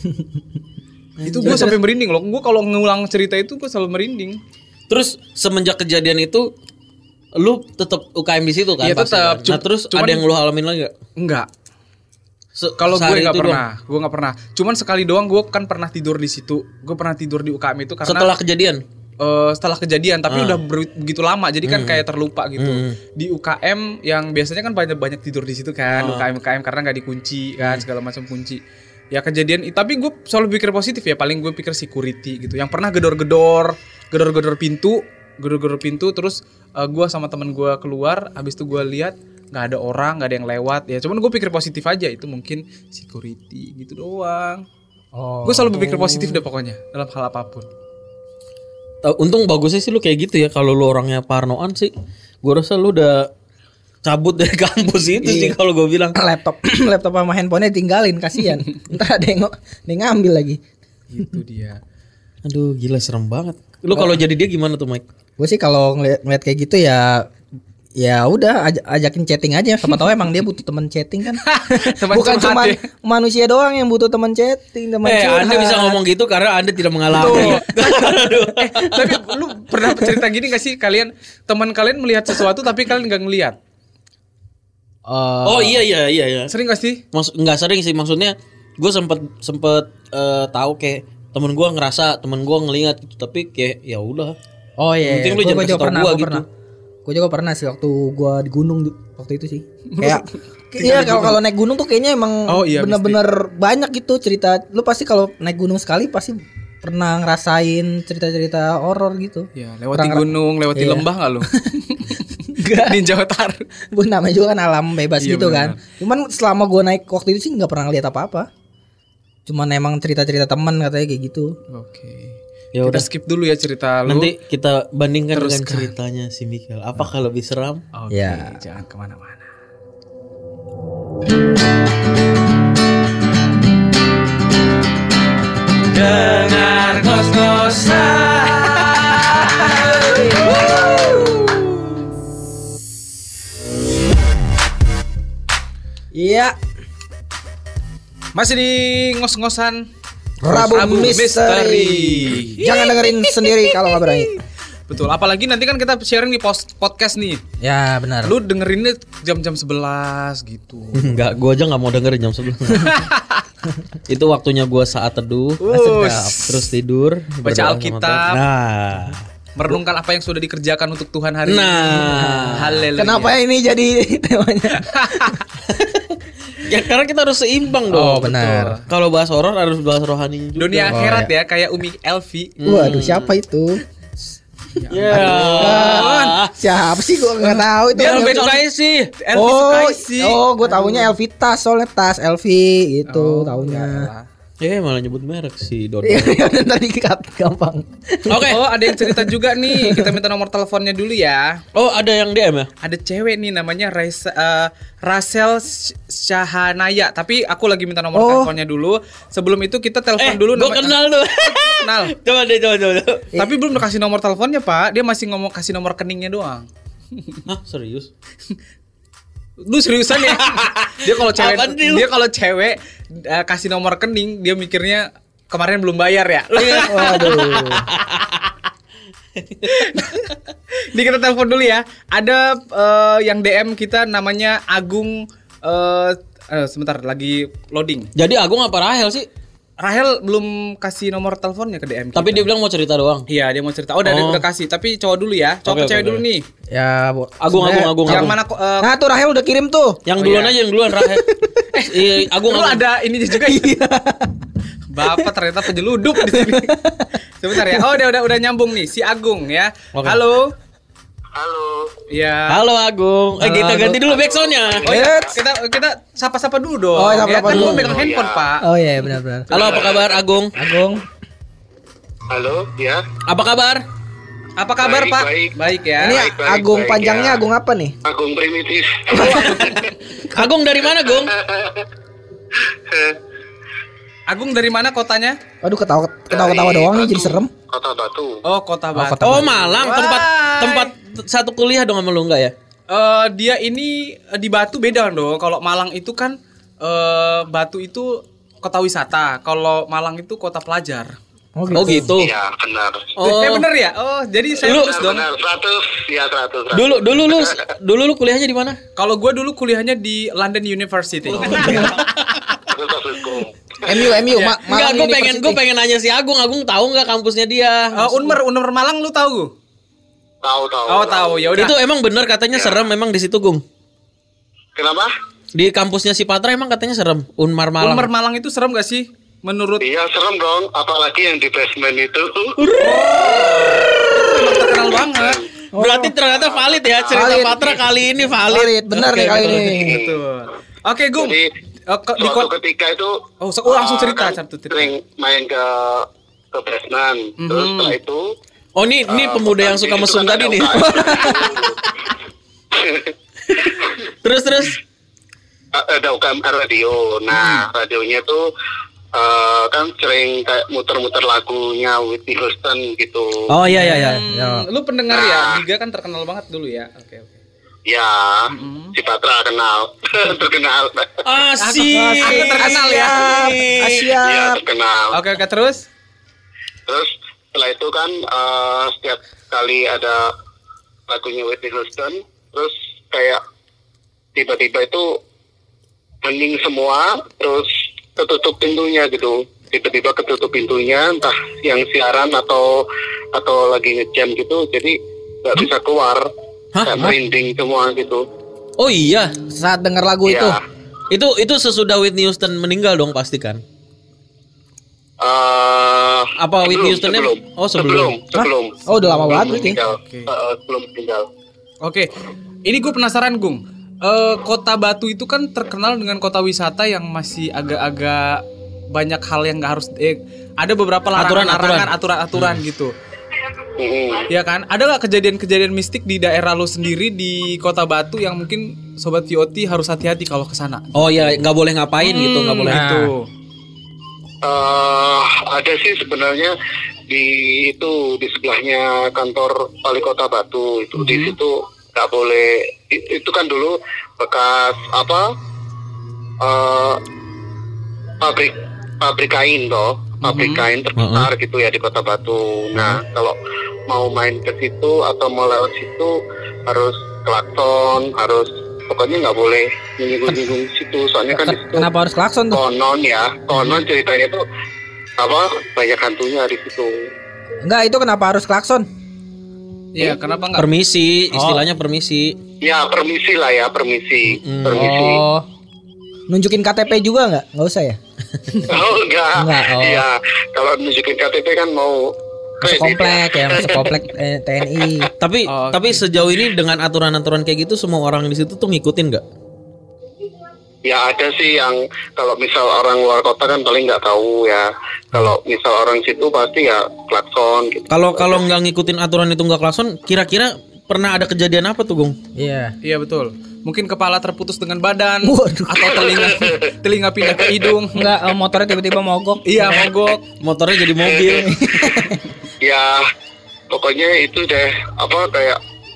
Itu gue sampai merinding loh. Gue kalau ngulang cerita itu gue selalu merinding. Terus semenjak kejadian itu lu tetap U K M di situ kan? Iya, pasti tetap. kan? Cu- Nah, terus cuman- ada yang lu alamin lagi gak? Enggak. Se- Kalau gue sehari nggak itu pernah, gue nggak pernah. Cuman sekali doang gue kan pernah tidur di situ. Gue pernah tidur di U K M itu doang? karena Setelah kejadian? eh, setelah kejadian, tapi Ah. udah ber- begitu lama, jadi kan kayak terlupa gitu. Hmm. Di U K M yang biasanya kan banyak banyak tidur di situ kan, Ah. U K M U K M karena nggak dikunci kan, segala macam kunci. Ya kejadian, tapi gue selalu pikir positif ya. Paling gue pikir security gitu. Yang pernah gedor-gedor, gedor-gedor pintu, gedor-gedor pintu, terus eh, gue sama temen gue keluar, habis itu gue lihat nggak ada orang, nggak ada yang lewat. Ya cuman gue pikir positif aja, itu mungkin security gitu doang. Oh. Gue selalu berpikir positif deh pokoknya dalam hal apapun. Tau- Untung bagusnya sih lu kayak gitu ya. Kalau lu orangnya parnoan sih, gue rasa lu udah cabut dari kampus itu sih kalau gue bilang. laptop laptop sama handphonenya tinggalin, kasihan. Ntar ada yang, ada yang ngambil lagi. Gitu dia. Aduh, gila serem banget. Lu kalau jadi dia gimana tuh, Mike? Gue sih kalau ngeliat, ngeliat kayak gitu ya ya udah aj- ajakin chatting aja. Siapa tahu emang dia butuh teman chatting kan. Teman Bukan curhat cuma ya. manusia doang yang butuh teman chatting, teman Eh, curhat. Anda bisa ngomong gitu karena Anda tidak mengalami. eh, tapi lu pernah cerita gini gak sih, kalian teman kalian melihat sesuatu tapi kalian nggak ngelihat? Eh, Oh iya iya iya iya. Sering gak sih? Maksud nggak sering sih, maksudnya gue sempet sempet eh, tahu kayak temen gue ngerasa temen gue ngelihat gitu, tapi kayak ya udah. Oh iya, Penting lu gue jangan kasih juga tau pernah, gua gue gitu. pernah. Gue juga pernah sih waktu gue di gunung di- waktu itu sih. Kayak iya kalau kalau naik gunung tuh kayaknya emang Oh iya, bener-bener banyak gitu cerita. Lu pasti kalau naik gunung sekali pasti pernah ngerasain cerita-cerita horor gitu. Ya, lewati Pernah ngera- gunung, lewati Iya. lembah gak lu? Enggak. Di Jawa Tar. Bu namanya juga kan alam bebas Iya, gitu benar. kan. Cuman selama gue naik waktu itu sih nggak pernah ngeliat apa-apa. Cuman emang cerita-cerita teman katanya kayak gitu. Oke. Ya Kita udah. skip dulu ya cerita lu. Nanti kita bandingkan dengan Teruskan. ceritanya si Michael. Apakah lebih seram? Oke, Ya. jangan kemana-mana. Dengar kos-kosan. Iya. Masih di ngos-ngosan Rabu, misteri. Misteri. Jangan dengerin sendiri kalau nggak berani. Betul, apalagi nanti kan kita sharing di post podcast nih. Ya benar. Lu dengerinnya jam-jam sebelas gitu. Enggak, gua aja nggak mau dengerin jam sebelas. Itu waktunya gua saat teduh, Us. terus tidur, Baca berdoa sama Alkitab. Tuhan. Nah, Merenungkan apa yang sudah dikerjakan untuk Tuhan hari ini. Nah. Haleluya. Kenapa ini jadi temanya? ya karena kita harus seimbang dong. Oh, benar. Kalau bahas horor harus bahas rohani juga. Dunia Oh, akhirat ya. ya, kayak Umi Elvi. Waduh, siapa itu? Ya. Ah, siapa sih gua nggak tahu itu. Biar Elvi. suka sih. Elvi Oh, Sukaisi. oh, gue taunya Elvi tas, soalnya tas Elvi itu taunya. Eh malah nyebut merek si Don. Iya, tadi cut gampang. Oke. Oh, ada yang cerita juga nih. Kita minta nomor teleponnya dulu ya. Oh ada yang D M ya? Ada cewek nih namanya Raisa, eh, Rasel Syahanaya. Tapi aku lagi minta nomor Oh. teleponnya dulu. Sebelum itu kita telepon Eh, dulu. gue nama- kenal tuh. Kenal. Coba deh, coba, coba. coba. Tapi belum dikasih nomor teleponnya, Pak. Dia masih ngomong kasih nomor rekeningnya doang. Hah serius? Lu seriusan ya? Dia kalau cewek Apaan deal? dia kalau cewek uh, kasih nomor rekening, dia mikirnya kemarin belum bayar ya. Waduh. Ini kita telepon dulu ya. Ada uh, yang D M kita namanya Agung uh, uh, sebentar lagi loading. Jadi Agung apa Rahel sih? Rahel belum kasih nomor teleponnya ke D M kita. Tapi dia bilang mau cerita doang. Iya, dia mau cerita. Oh, udah Oh. udah kasih. Tapi cowok dulu ya. Cowok Oke, ke cewek oke, dulu oke. nih. Ya, Bu. Agung, Agung, Agung, Yang Agung. mana kok uh, Nah, tuh Rahel udah kirim tuh. Yang Oh, duluan iya. aja yang duluan Rahel. Iya, Agung, lu Agung. ada ini juga ya? Bapak ternyata penyeludup di sini. Sebentar ya. Oh, udah udah udah nyambung nih si Agung ya. Oke. Halo. Halo. Ya. Halo Agung. Eh Halo, kita Agung. ganti dulu backsoundnya. Oh iya, Yes. kita kita sapa-sapa dulu dong. Oh, ya sapa-sapa kan dulu. gua megang handphone, Pak. Oh iya, benar-benar. Halo, apa kabar Agung? Agung. Halo, ya. Apa kabar? Apa kabar, Baik, Pak? baik. ya. Ini baik, baik, Agung baik, panjangnya ya. Agung apa nih? Agung primitif. Agung dari mana, Gung? Agung dari mana kotanya? Waduh, ketawa ketawa-ketawa doang nih jadi serem. Kota Batu. Oh, Kota Batu. Kota Oh, Malang, tempat Wah. tempat satu kuliah dong sama lu enggak ya? Eh, dia ini eh, di Batu beda dong. Kalau Malang itu kan eh, Batu itu kota wisata. Kalau Malang itu kota pelajar. Oh Oh gitu. Iya, benar. Oh. Eh bener ya? Oh, jadi saya Lu- lulus Benar, dong. benar. seratus, ya seratus. seratus. Dulu dulu lu dulu lu kuliahnya di mana? Kalau gue dulu kuliahnya di London University. Fakultas Hukum. M U M U Iya. Ma- Enggak, Malang gue pengen University. gue pengen nanya si Agung. Agung tahu nggak kampusnya dia? Eh, Unmer, Unmer Malang lu tahu? Tahu, tahu. Oh, tahu. Ya udah. Itu emang bener katanya serem memang di situ, Gung. Kenapa? Di kampusnya si Patra emang katanya serem. Unmar Malang. Unmer Malang itu serem gak sih? Menurut Iya, serem dong. Apalagi yang di basement itu. emang terkenal banget. Berarti ternyata valid ya cerita Valid. Patra kali ini valid. Valid, bener Oke, nih kali betul. ini. Gitu. Oke, Gung. Jadi, Eh, ke- di suatu kot- ketika itu Oh, se- oh, langsung uh, cerita, kan satu cerita. sering main ke ke basement. Terus Mhm. setelah itu Oh, ini ini uh, pemuda yang suka di situ mesum kan tadi ada nih. U K M. Terus terus. Ada U K M R radio. Nah, radionya tuh uh, kan sering kayak muter-muter lagunya Whitney Houston gitu. Oh iya iya iya. Hmm, lu pendengar ya? Giga kan terkenal banget dulu ya. Oke, oke. Ya, si Patra kenal, terkenal. Asik. Aku terkenal ya. Asia. Iya, terkenal. Oke, oke, terus? Terus setelah itu kan uh, setiap kali ada lagunya Whitney Houston, terus kayak tiba-tiba itu hening semua, terus ketutup pintunya gitu. Tiba-tiba ketutup pintunya, entah yang siaran atau atau lagi ngejam gitu, jadi nggak bisa keluar. Hah? Kayak merinding semua gitu. Oh iya. Saat dengar lagu Iya. itu. Itu itu sesudah Whitney Houston meninggal dong pasti kan? Eh, Apa Whitney sebelum, Houston-nya? sebelum, Oh, sebelum. sebelum, sebelum. Oh, udah lama Sebelum banget berarti. meninggal. Oke. Eh, sebelum meninggal. Oke. Ini gue penasaran, Gung. Eh, kota Batu itu kan terkenal dengan kota wisata yang masih agak-agak banyak hal yang nggak harus eh, ada beberapa larangan-larangan, aturan-aturan gitu. Mm-mm. Ya kan? Ada nggak kejadian-kejadian mistik di daerah lo sendiri di Kota Batu yang mungkin sobat V O T harus hati-hati kalau ke sana? Oh iya, nggak boleh ngapain gitu, nggak boleh. Itu. Eh, ada sih sebenarnya di itu di sebelahnya kantor wali kota Batu itu di situ nggak boleh i- itu kan dulu bekas apa eh pabrik pabrik kain toh pabrik kain terbesar gitu ya di kota Batu. Nah kalau mau main ke situ atau mau lewat situ harus klakson, harus pokoknya nggak boleh nyinggung-nyinggung situ soalnya kan di situ Kenapa harus klakson tuh? konon ya, konon ceritanya tuh apa banyak hantunya di situ. Enggak, itu kenapa harus klakson? Iya, kenapa nggak? Permisi, istilahnya permisi. Ya permisi lah ya, permisi, permisi. Oh. Nunjukin K T P juga enggak? Enggak usah ya? Oh enggak, Enggak, oh. iya kalau nunjukin K T P kan mau Masuk kredit komplek ya, masuk komplek eh, T N I. Tapi Oh, tapi sejauh ini dengan aturan-aturan kayak gitu semua orang di situ tuh ngikutin nggak? Ya ada sih yang kalau misal orang luar kota kan paling nggak tahu ya. Kalau misal orang situ pasti ya klakson gitu. Kalau kalau nggak ngikutin aturan itu nggak klakson, kira-kira pernah ada kejadian apa tuh, Gung? Iya. Iya betul. Mungkin kepala terputus dengan badan Waduh. atau telinga telinga pindah ke hidung. Enggak, eh, motornya tiba-tiba mogok. Iya, mogok. Motornya jadi mobil. Ya pokoknya itu deh apa kayak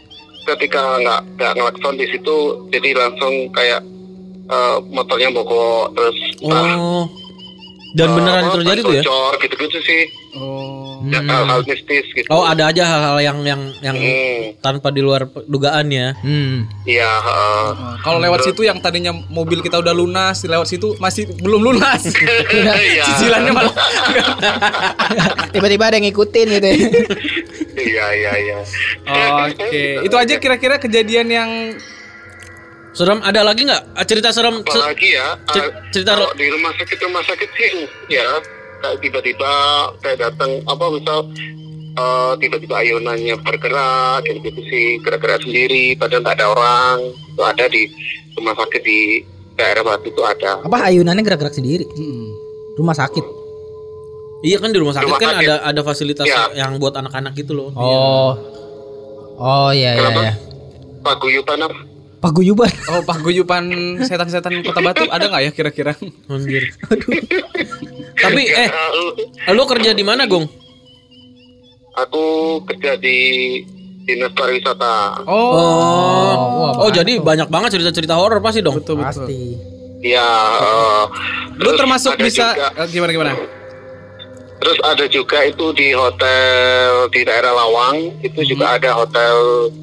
ketika nggak nggak ngelakson di situ, jadi langsung kayak uh, motornya mogok terus. Oh. Dan uh, beneran apa, terjadi tuh ya? bocor, gitu-gitu sih. Oh. Ya, hal-hal mistis gitu. Oh, ada aja hal-hal yang yang yang Hmm. tanpa di luar dugaan ya. Hmm. Iya. Uh, Nah, kalau lewat situ yang tadinya mobil kita udah lunas, lewat situ masih belum lunas. Iya. Cicilannya malah. Tiba-tiba ada yang ngikutin gitu ya. Iya iya iya. Oke, itu aja kira-kira kejadian yang Serem ada lagi nggak cerita serem? se- Apalagi ya, cer- uh, cerita kalau di rumah sakit rumah sakit sih, ya kayak tiba-tiba kayak datang apa misal uh, tiba-tiba ayunannya bergerak, kayak gitu sih gerak-gerak sendiri, padahal nggak ada orang. Itu ada di rumah sakit di daerah Batu itu ada. Apa ayunannya gerak-gerak sendiri? Rumah sakit. Iya kan di rumah sakit Rumah kan sakit. ada ada fasilitas Ya. yang buat anak-anak gitu loh. Oh. Oh iya iya Kenapa? iya. Paguyuban apa? Paguyuban. oh paguyuban setan-setan Kota Batu ada nggak ya kira-kira? Anjir. Tapi eh Uh, lu kerja di mana, Gong? aku kerja di dinas pariwisata. Oh, Oh, wah, oh jadi banyak banget cerita-cerita horor pasti dong. betul betul. Pasti. Ya. Uh, Lu terus termasuk ada bisa juga- eh, gimana gimana? Terus ada juga itu di hotel di daerah Lawang itu juga ada hotel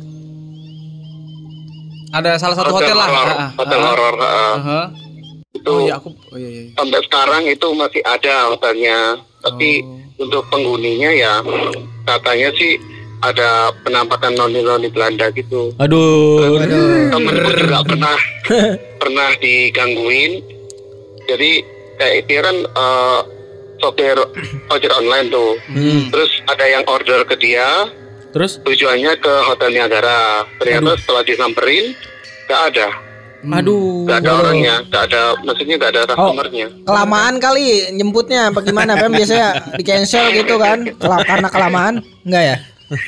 Ada salah satu hotel, lah. horor, Ah, ah, hotel ah. horor. uh, Aha. itu Oh iya aku oh iya iya. sampai sekarang itu masih ada hotelnya. Tapi Oh. untuk penghuninya ya katanya sih ada penampakan noni-noni Belanda gitu. Aduh. Temenku juga pernah pernah digangguin. Jadi kayak dia kan uh, sopir ojek online tuh. Hmm. Terus ada yang order ke dia. Terus Tujuannya ke Hotel Niagara. Ternyata setelah disamperin nggak ada, aduh. nggak ada orangnya, nggak ada, maksudnya nggak ada customernya. Kelamaan kali nyemputnya apa gimana? Kan biasanya di cancel gitu kan. Kela- karena kelamaan. Enggak ya?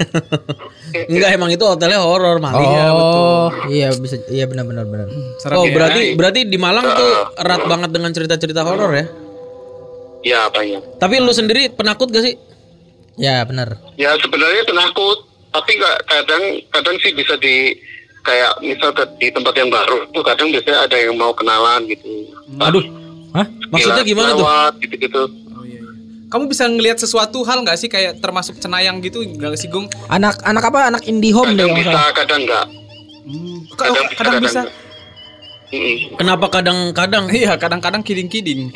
Enggak emang itu hotelnya horor maling ya, betul. Oh, iya bisa iya benar benar benar. Serem Oh, ya. berarti berarti di Malang tuh erat banget dengan cerita-cerita horor ya. Ya banyak. Tapi lu sendiri penakut gak sih? Ya benar. Ya sebenarnya penakut, tapi nggak kadang kadang sih bisa di kayak misal ke, di tempat yang baru tuh kadang biasanya ada yang mau kenalan gitu. Aduh. Hah? Maksudnya Lewat- gimana tuh? lewat gitu-gitu. Oh iya iya. Kamu bisa ngelihat sesuatu hal nggak sih kayak termasuk cenayang gitu nggak sih Gung? Anak anak apa? Anak IndiHome deh Kadang kalau nggak bisa, salah. kadang nggak. Kadang, kadang bisa. nggak. Mm-mm. Kenapa kadang-kadang? Iya, kadang-kadang kiding-kiding.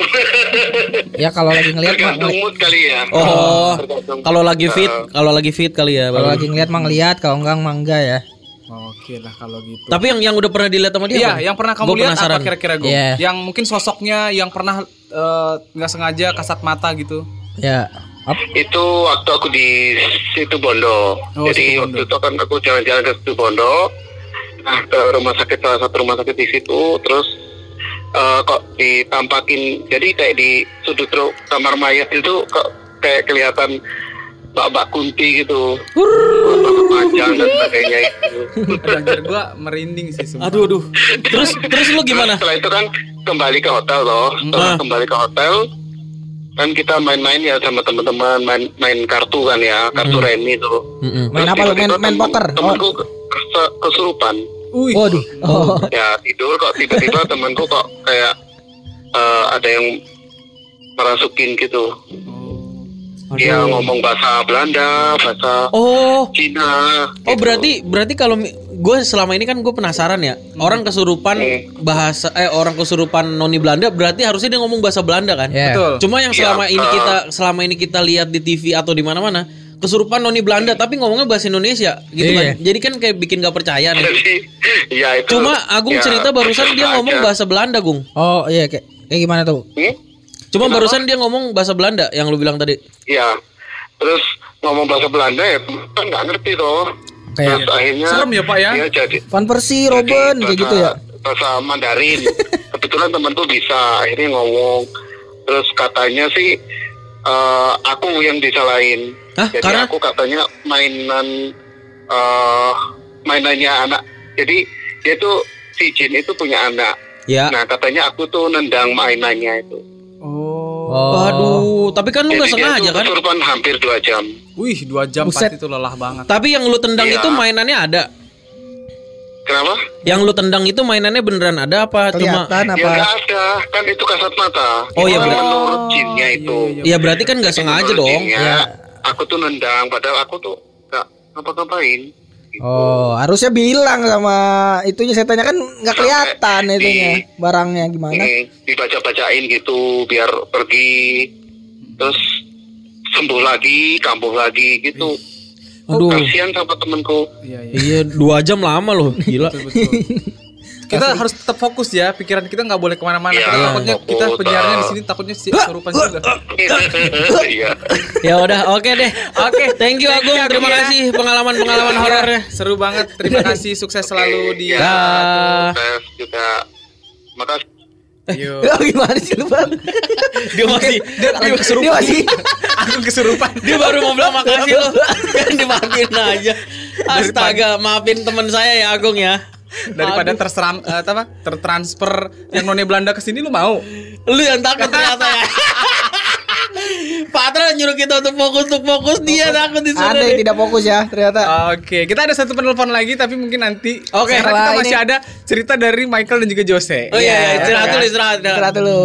Ya kalau lagi ngelihat mah Tergantung ngeli- mood kali ya. Oh, Tergantung. kalau lagi fit, Uh, kalau lagi fit kali ya. kalau baru. lagi ngelihat mah ngelihat, kalau enggak mah enggak ya. Oke lah kalau gitu. Tapi yang yang udah pernah dilihat sama dia Iya, apa? yang pernah kamu Gua lihat penasaran. apa kira-kira Gung? Iya. Yang mungkin sosoknya yang pernah eh, nggak sengaja kasat mata gitu. Ya. Ap- Itu waktu aku di Situ Bondo. Oh, Jadi Situ waktu itu kan aku jalan-jalan ke Situ Bondo. Nah, ke rumah sakit, salah satu rumah sakit di situ. Terus eh, kok ditampakin, jadi kayak di sudut ru- kamar mayat itu kok kayak kelihatan Mbak-mbak Kunti gitu. Rambut panjang dan sebagainya itu. Anjir gua merinding sih semua. Aduh, aduh. Terus terus lu Terus gimana? setelah itu kan kembali ke hotel loh. Setelah Ah. kembali ke hotel kan kita main-main ya sama teman-teman, main main kartu kan ya, kartu remi tuh. Mm-mm. Main apa lu? Main main poker. Oh. Temanku ke- ke- kesurupan. Wih. Waduh. Oh. Ya tidur kok tiba-tiba temanku kok kayak eh, ada yang merasukin gitu. Dia ngomong bahasa Belanda, bahasa Oh. Cina. Oh gitu. berarti berarti kalau gue selama ini kan gue penasaran ya orang kesurupan bahasa eh orang kesurupan noni Belanda berarti harusnya dia ngomong bahasa Belanda kan? Ya. Betul. Cuma yang Iya, selama ini uh. kita selama ini kita lihat di T V atau di mana-mana kesurupan noni Belanda tapi ngomongnya bahasa Indonesia gitu Iya. kan. Jadi kan kayak bikin gak percaya nih. Jadi ya itu. Cuma Agung ya, cerita barusan dia biasa ngomong aja. bahasa Belanda, Gung. Oh iya kayak kayak gimana tuh? Hmm? Cuma barusan dia ngomong bahasa Belanda yang lu bilang tadi. Ya. Terus ngomong bahasa Belanda ya kan nggak ngerti toh. Kayak Terus akhirnya Serem ya, Pak, ya? Dia jadi Van Persie, Robben kayak gitu ya. bahasa Mandarin. Kebetulan temanku bisa, akhirnya ngomong. Terus katanya sih eh, aku yang disalahin. Hah? Jadi Karena? aku katanya mainan eh mainannya anak. Jadi dia tuh si Jin itu punya anak. Ya. Nah katanya aku tuh nendang mainannya itu. Oh. Oh. Waduh, tapi kan lu nggak Jadi dia sengaja tuh kan? kesurupan hampir dua jam. Wih, dua jam Buset. pasti itu lelah banget. Tapi yang lu tendang Iya. itu mainannya ada. Kenapa? Yang lu tendang itu mainannya beneran ada apa cuma? Kelihatan Ya apa? nggak ada, kan itu kasat mata. Oh, iya, Itu benar. menurut jinnya itu. Iya berarti kan nggak sengaja Menurut dong. jinnya, Ya. Aku tuh nendang, padahal aku tuh nggak ngapa-ngapain. Oh, harusnya bilang sama itunya setannya kan nggak kelihatan itunya barangnya gimana? Ini dibaca-bacain gitu biar pergi, terus sembuh lagi, kambuh lagi gitu. Aduh. Kasihan sama temenku. Iya, iya. Iya dua jam lama loh, gila. Betul, betul. Kita harus tetap fokus ya, pikiran kita nggak boleh kemana-mana. Iya, Karena takutnya fokus, kita penyiarnya di ah. sini takutnya si kesurupan juga. Iya. Ya udah, oke deh. Oke, Thank you Agung, Agung terima ya. kasih pengalaman-pengalaman horornya. Seru banget. Terima kasih, sukses selalu di. Iya, Dah. sukses juga. Makasih. Yo. Oh, gimana sih lu Bang? Dia masih Dia, dia Dia kesurupan. masih Aku kesurupan. dia baru mau bilang makasih lo. Kan dimaafin aja. Astaga, maafin teman saya ya Agung ya. Daripada terseram eh, apa tertransfer yang none Belanda ke sini lu mau? Lu yang takut ternyata ya. Patra nyuruh kita untuk fokus untuk fokus dia takut di sana. ada yang tidak fokus ya ternyata. Oke, kita ada satu penelpon lagi tapi mungkin nanti. Oke, karena kita setelah masih ini- ada cerita dari Michael dan juga Jose. Oh iya, iya, istirahat ya. dulu, istirahat. Istirahat dulu.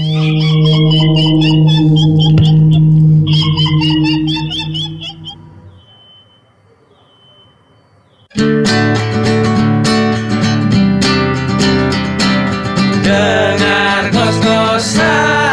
Dengar kos-kosan.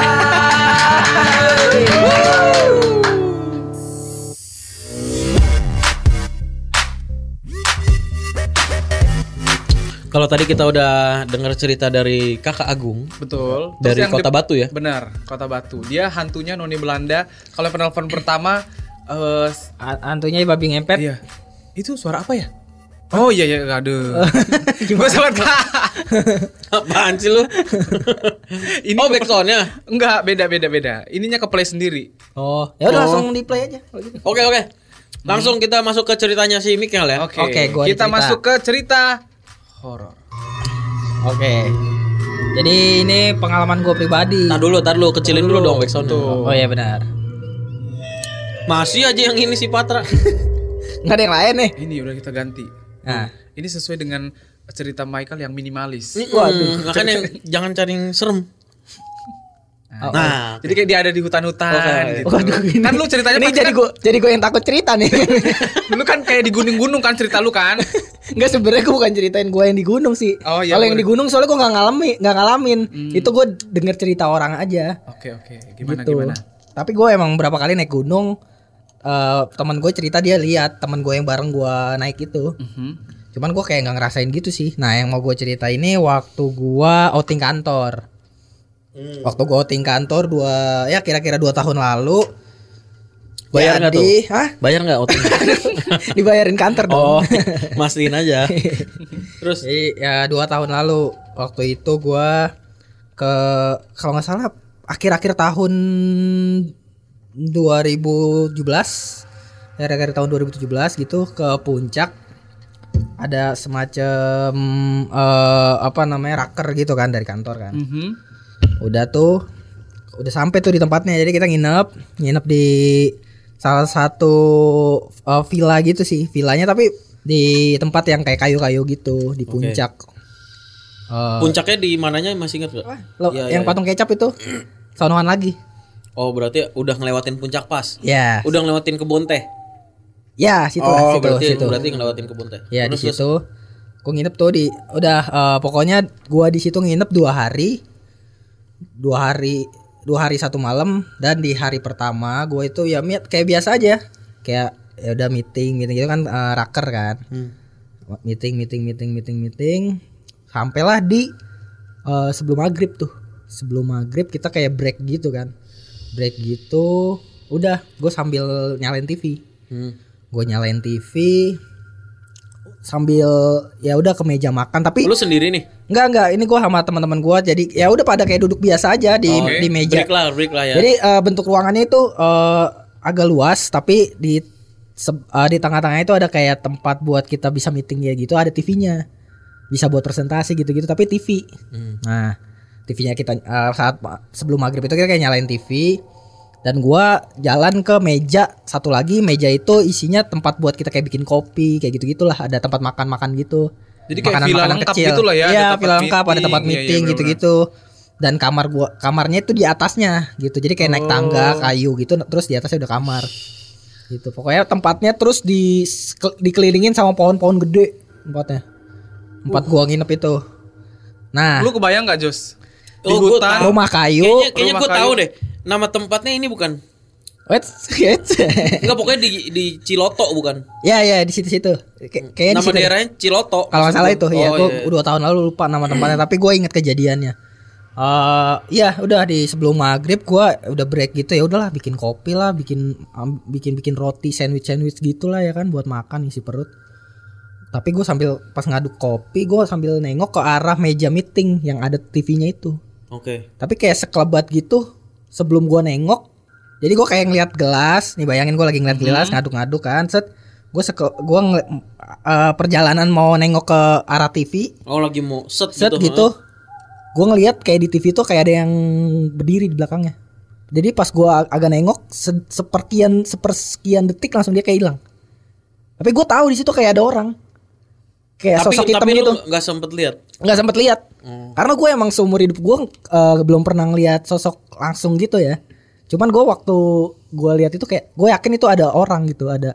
Kalau tadi kita udah dengar cerita dari Kakak Agung. Betul. Dari yang Kota di- Batu ya? Benar, Kota Batu. Dia hantunya noni Belanda. Kalau penelpon pertama eh A- Hantunya babi ngepet. iya. Itu suara apa ya? Oh iya ya, aduh. Gue salah tahu. Apaan sih lu? Ini Oh, ke- backsoundnya. Enggak, beda beda beda. Ininya ke play sendiri. Oh, ya udah Oh. langsung di play aja kalau gitu. Oke, oke. Langsung kita masuk ke ceritanya si Mikael ya. Oke. Oke, gua ada kita cerita. masuk ke cerita horor. Oke. Jadi ini pengalaman gue pribadi. Tar dulu, tar dulu, kecilin dulu dong backsoundnya. Oh iya benar. Masih aja yang ini si Patra. Nggak ada yang lain nih. Ini udah kita ganti. Nah, Ini sesuai dengan cerita Michael yang minimalis. Waduh, makanya yang, jangan cari yang serem. oh, Nah, Jadi kayak dia ada di hutan-hutan Oke. gitu. Waduh, ini, Kan lu ceritanya ini pasti jadi kan- gue jadi gue yang takut cerita nih. Lu kan kayak di gunung-gunung kan cerita lu kan? Enggak, sebenarnya gue bukan ceritain gue yang di gunung sih. Oh, iya, Kalau yang boleh. di gunung soalnya gue nggak ngalami, nggak ngalamin. Itu gue denger cerita orang aja. Oke oke. Gimana gitu. gimana? Tapi gue emang berapa kali naik gunung. eh teman gue cerita dia lihat teman gue yang bareng gue naik itu. Mhm. Cuman gue kayak nggak ngerasain gitu sih. Nah yang mau gue cerita ini waktu gue outing kantor. Waktu gue outing kantor dua ya kira-kira dua tahun lalu. bayar nggak tuh? Jadi, hah? Bayar nggak outing? Dibayarin kantor dong. Oh, mastiin aja. Terus Jadi ya dua tahun lalu waktu itu gua ke kalau nggak salah akhir-akhir tahun dua ribu tujuh belas, akhir-akhir tahun dua ribu tujuh belas gitu ke puncak. Ada semacam eh, apa namanya raker gitu kan dari kantor kan. Mhm. Udah tuh udah sampai tuh di tempatnya. Jadi kita nginep, nginep di salah satu uh, villa gitu sih. Villanya tapi di tempat yang kayak kayu-kayu gitu di puncak. Eh, puncaknya di mananya masih ingat gak? lo, Iya, yang iya, patung kecap itu sonoan lagi. Oh, berarti udah ngelewatin puncak pas. Ya. Udah ngelewatin kebun teh. Ya, situ lah, Oh, situ, berarti situ. berarti ngelewatin kebun teh. Ya di Terus, terus. situ. Gua nginep tuh di udah eh, pokoknya gua di situ nginep dua hari. Dua hari dua hari satu malam dan di hari pertama gua itu ya mi- kayak biasa aja. Kayak ya udah meeting meeting gitu kan eh, raker kan. Hmm. Meeting meeting meeting meeting meeting sampailah di eh, sebelum maghrib tuh. Sebelum maghrib kita kayak break gitu kan. Break gitu. Udah gue sambil nyalain T V. Hmm. Gue nyalain T V sambil ya udah ke meja makan tapi Lu sendiri nih? enggak enggak ini gue sama teman-teman gue jadi ya udah pada kayak duduk biasa aja di Oh, di meja. Break lah, break lah ya. Jadi eh, bentuk ruangannya itu eh, agak luas tapi di se- eh, di tengah-tengahnya itu ada kayak tempat buat kita bisa meeting ya gitu, ada T V-nya. Bisa buat presentasi gitu-gitu tapi T V. Hmm. Nah, T V-nya kita eh, saat ma- sebelum maghrib itu kita kayak nyalain T V dan gua jalan ke meja satu lagi, meja itu isinya tempat buat kita kayak bikin kopi kayak gitu-gitulah, ada tempat makan-makan gitu. Jadi kayak villa lengkap gitu lah ya, Iya, ada tempat villa lengkap, ada meeting. tempat Iya, iya, meeting benar-benar. gitu-gitu. Dan kamar gua kamarnya itu di atasnya gitu. Jadi kayak naik tangga kayu gitu, terus di atasnya udah kamar. Gitu. Pokoknya tempatnya terus di dikelilingin sama pohon-pohon gede tempatnya. Tempat gua nginep itu. Nah, Lu kebayang nggak Jos? Di Oh, gua hutan. tahu. rumah kayu. Kayaknya kayaknya rumah gue kayu. tahu deh. Nama tempatnya ini bukan. Wait, wait. Enggak, pokoknya di di Ciloto bukan. Ya ya di situ-situ. Kay- Kayaknya di Nama situ. daerahnya Ciloto. Kalau nggak salah itu ya, Oh, gue iya. udah tahun lalu lupa nama tempatnya, tapi gue inget kejadiannya. Eh, ya udah di sebelum maghrib gue udah break gitu ya udahlah bikin kopi lah, bikin am- bikin bikin roti sandwich sandwich gitulah ya kan buat makan isi perut. Tapi gue sambil pas ngaduk kopi gue sambil nengok ke arah meja meeting yang ada T V-nya itu. Oke. Tapi kayak sekelebat gitu sebelum gue nengok. Jadi gue kayak ngeliat gelas, nih bayangin gue lagi ngeliat gelas ngaduk-ngaduk kan, set gue seke gue ngeli- eh, perjalanan mau nengok ke arah T V. Oh, lagi mau set, Set gitu. gitu, gue ngeliat kayak di T V tuh kayak ada yang berdiri di belakangnya. Jadi pas gue ag- agak nengok, se- sepertian sepersekian detik langsung dia kayak hilang. Tapi gue tahu di situ kayak ada orang, kayak Tapi sosok hitam tapi gitu. lu enggak sempet lihat. Nggak sempet lihat, Hmm. karena gue emang seumur hidup gue eh, belum pernah ngeliat sosok langsung gitu ya. Cuman gue waktu gue lihat itu kayak gue yakin itu ada orang gitu, ada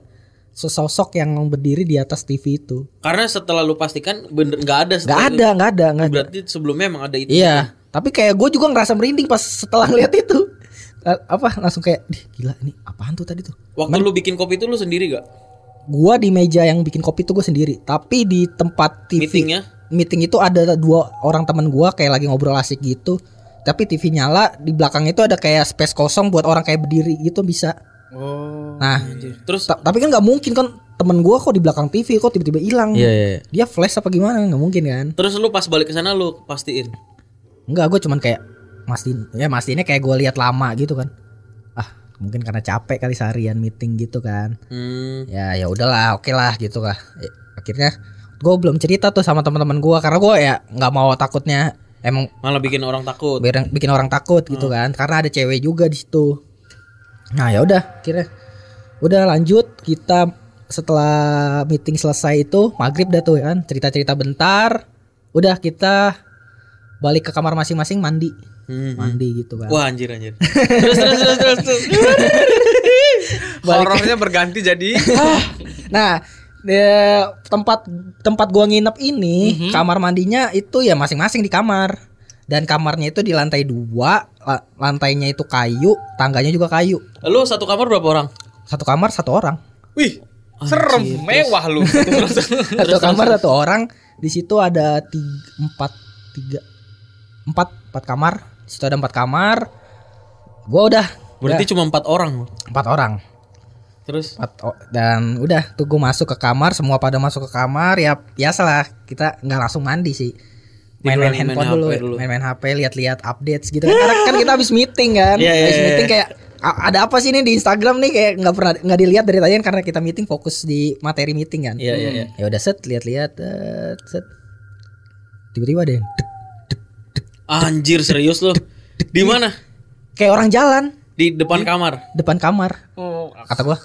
sosok yang berdiri di atas T V itu. Karena setelah lu pastikan bener nggak ada. Nggak setelah ada, nggak ada, nggak itu. ada. Berarti sebelumnya emang ada itu. Iya, tapi kayak gue juga ngerasa merinding pas setelah lihat itu. Eh, Apa langsung kayak, "Dih, gila ini apaan tuh tadi tuh?" Waktu lu bikin kopi itu lu sendiri gak? Gua di meja yang bikin kopi tuh gue sendiri, tapi di tempat T V Meetingnya? meeting itu ada dua orang teman gua kayak lagi ngobrol asik gitu. Tapi T V nyala, di belakang itu ada kayak space kosong buat orang kayak berdiri gitu bisa. Oh. Nah, Terus ta- tapi kan nggak mungkin kan temen gua kok di belakang T V kok tiba-tiba hilang. Iya, iya, iya. Dia flash apa gimana? Nggak mungkin kan? terus lu pas balik ke sana lu pastiin. Enggak, gue cuman kayak mastiin, ya mastinnya kayak gue lihat lama gitu kan. Ah, mungkin karena capek kali seharian meeting gitu kan. Hmm. Ya ya udahlah, oke lah gitu lah. Eh, akhirnya gue belum cerita tuh sama teman-teman gue karena gue ya nggak mau takutnya emang Malah bikin orang takut. biar bikin orang takut gitu kan. Karena ada cewek juga di situ. Nah ya udah, akhirnya udah lanjut kita setelah meeting selesai itu maghrib dah tuh kan, cerita-cerita bentar. Udah kita balik ke kamar masing-masing mandi. Hmm. Mandi gitu kan. Wah, anjir anjir. terus terus terus terus. terus. Horornya berganti jadi Nah, di tempat tempat gua nginep ini, kamar mandinya itu ya masing-masing di kamar. Dan kamarnya itu di lantai dua, la- lantainya itu kayu, tangganya juga kayu. Lu satu kamar berapa orang? Satu kamar satu orang. wih, serem, mewah lu. Satu kamar satu orang. Di situ ada tiga, empat, tiga, empat, empat kamar. Di situ ada empat kamar. Gua udah. Berarti udah, cuma empat orang. empat orang. Terus Empat o- dan udah tuh gue masuk ke kamar, semua pada masuk ke kamar ya biasalah kita nggak langsung mandi sih, main-main Main- main handphone H P dulu, dulu. main-main H P, lihat-lihat updates gitu kan. Karena kan kita habis meeting kan, Iya, iya, habis iya. meeting kayak "A- ada apa sih ini di Instagram nih kayak nggak pernah nggak dilihat dari tadi kan karena kita meeting fokus di materi meeting kan. Iya, iya, iya. Ya udah set lihat-lihat eh, set tiba-tiba ada yang dek, anjir serius lu. Di mana? kayak orang jalan Di depan kamar. depan kamar. Oh, Kata gua,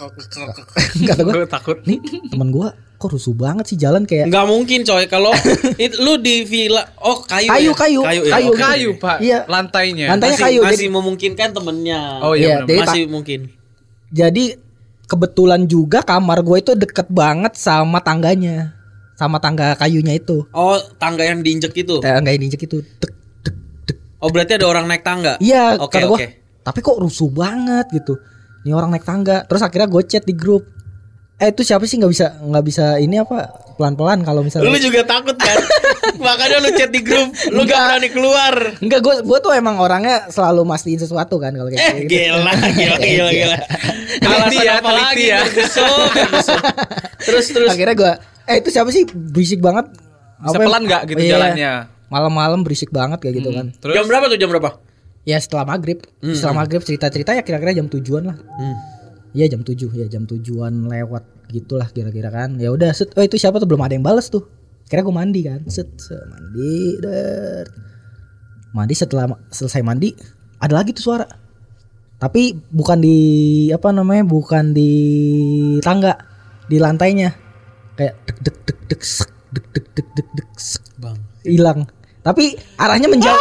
kata gua. gue takut. nih temen gua kok rusuh banget sih jalan kayak Enggak mungkin coy kalau it, lu di villa. Oh, kayu. Kayu, ya? kayu, kayu. ya? kayu. Oke. Kayu, Pak. Iya. Lantainya. Lantainya Masih, kayu, masih jadi- memungkinkan temennya. Oh Iya, iya, jadi- benar. masih mungkin. Jadi kebetulan juga kamar gue itu deket banget sama tangganya, sama tangga kayunya itu. Oh, tangga yang diinjek itu. Tangga yang diinjek itu. Dek, dek, dek. Oh, berarti ada orang naik tangga. Iya, Oke, kata gue. oke. Tapi kok rusuh banget gitu. Ini orang naik tangga. Terus akhirnya gue chat di grup. Eh itu siapa sih nggak bisa nggak bisa ini apa pelan-pelan kalau misalnya. Lu juga takut kan? Makanya lu chat di grup. Lu gak Enggak. berani keluar. Enggak, gue gue tuh emang orangnya selalu mastiin sesuatu kan kalau Eh, kayak gitu. gila, gila, gila, gila. Teliti ya, Alasan apa teliti lagi, ya. Ferguson, Ferguson. Terus, terus. Akhirnya gue, eh itu siapa sih berisik banget. Bisa Apa- pelan nggak gitu Iya, jalannya? Malam-malam berisik banget kayak gitu kan. Terus Jam berapa tuh, jam berapa? Ya setelah maghrib, setelah maghrib cerita-cerita ya kira-kira jam tujuan lah. Hmm. Iya jam tujuh ya jam tujuan lewat gitulah kira-kira kan. Ya udah set, oh itu siapa tuh belum ada yang bales tuh. Kira gue mandi kan, set, set mandi, der. Mandi setelah selesai mandi ada lagi tuh suara. Tapi bukan di apa namanya, bukan di tangga, di lantainya. Kayak dek dek dek dek sek dek dek dek dek dek sek, Bang. hilang. Tapi arahnya menjauh.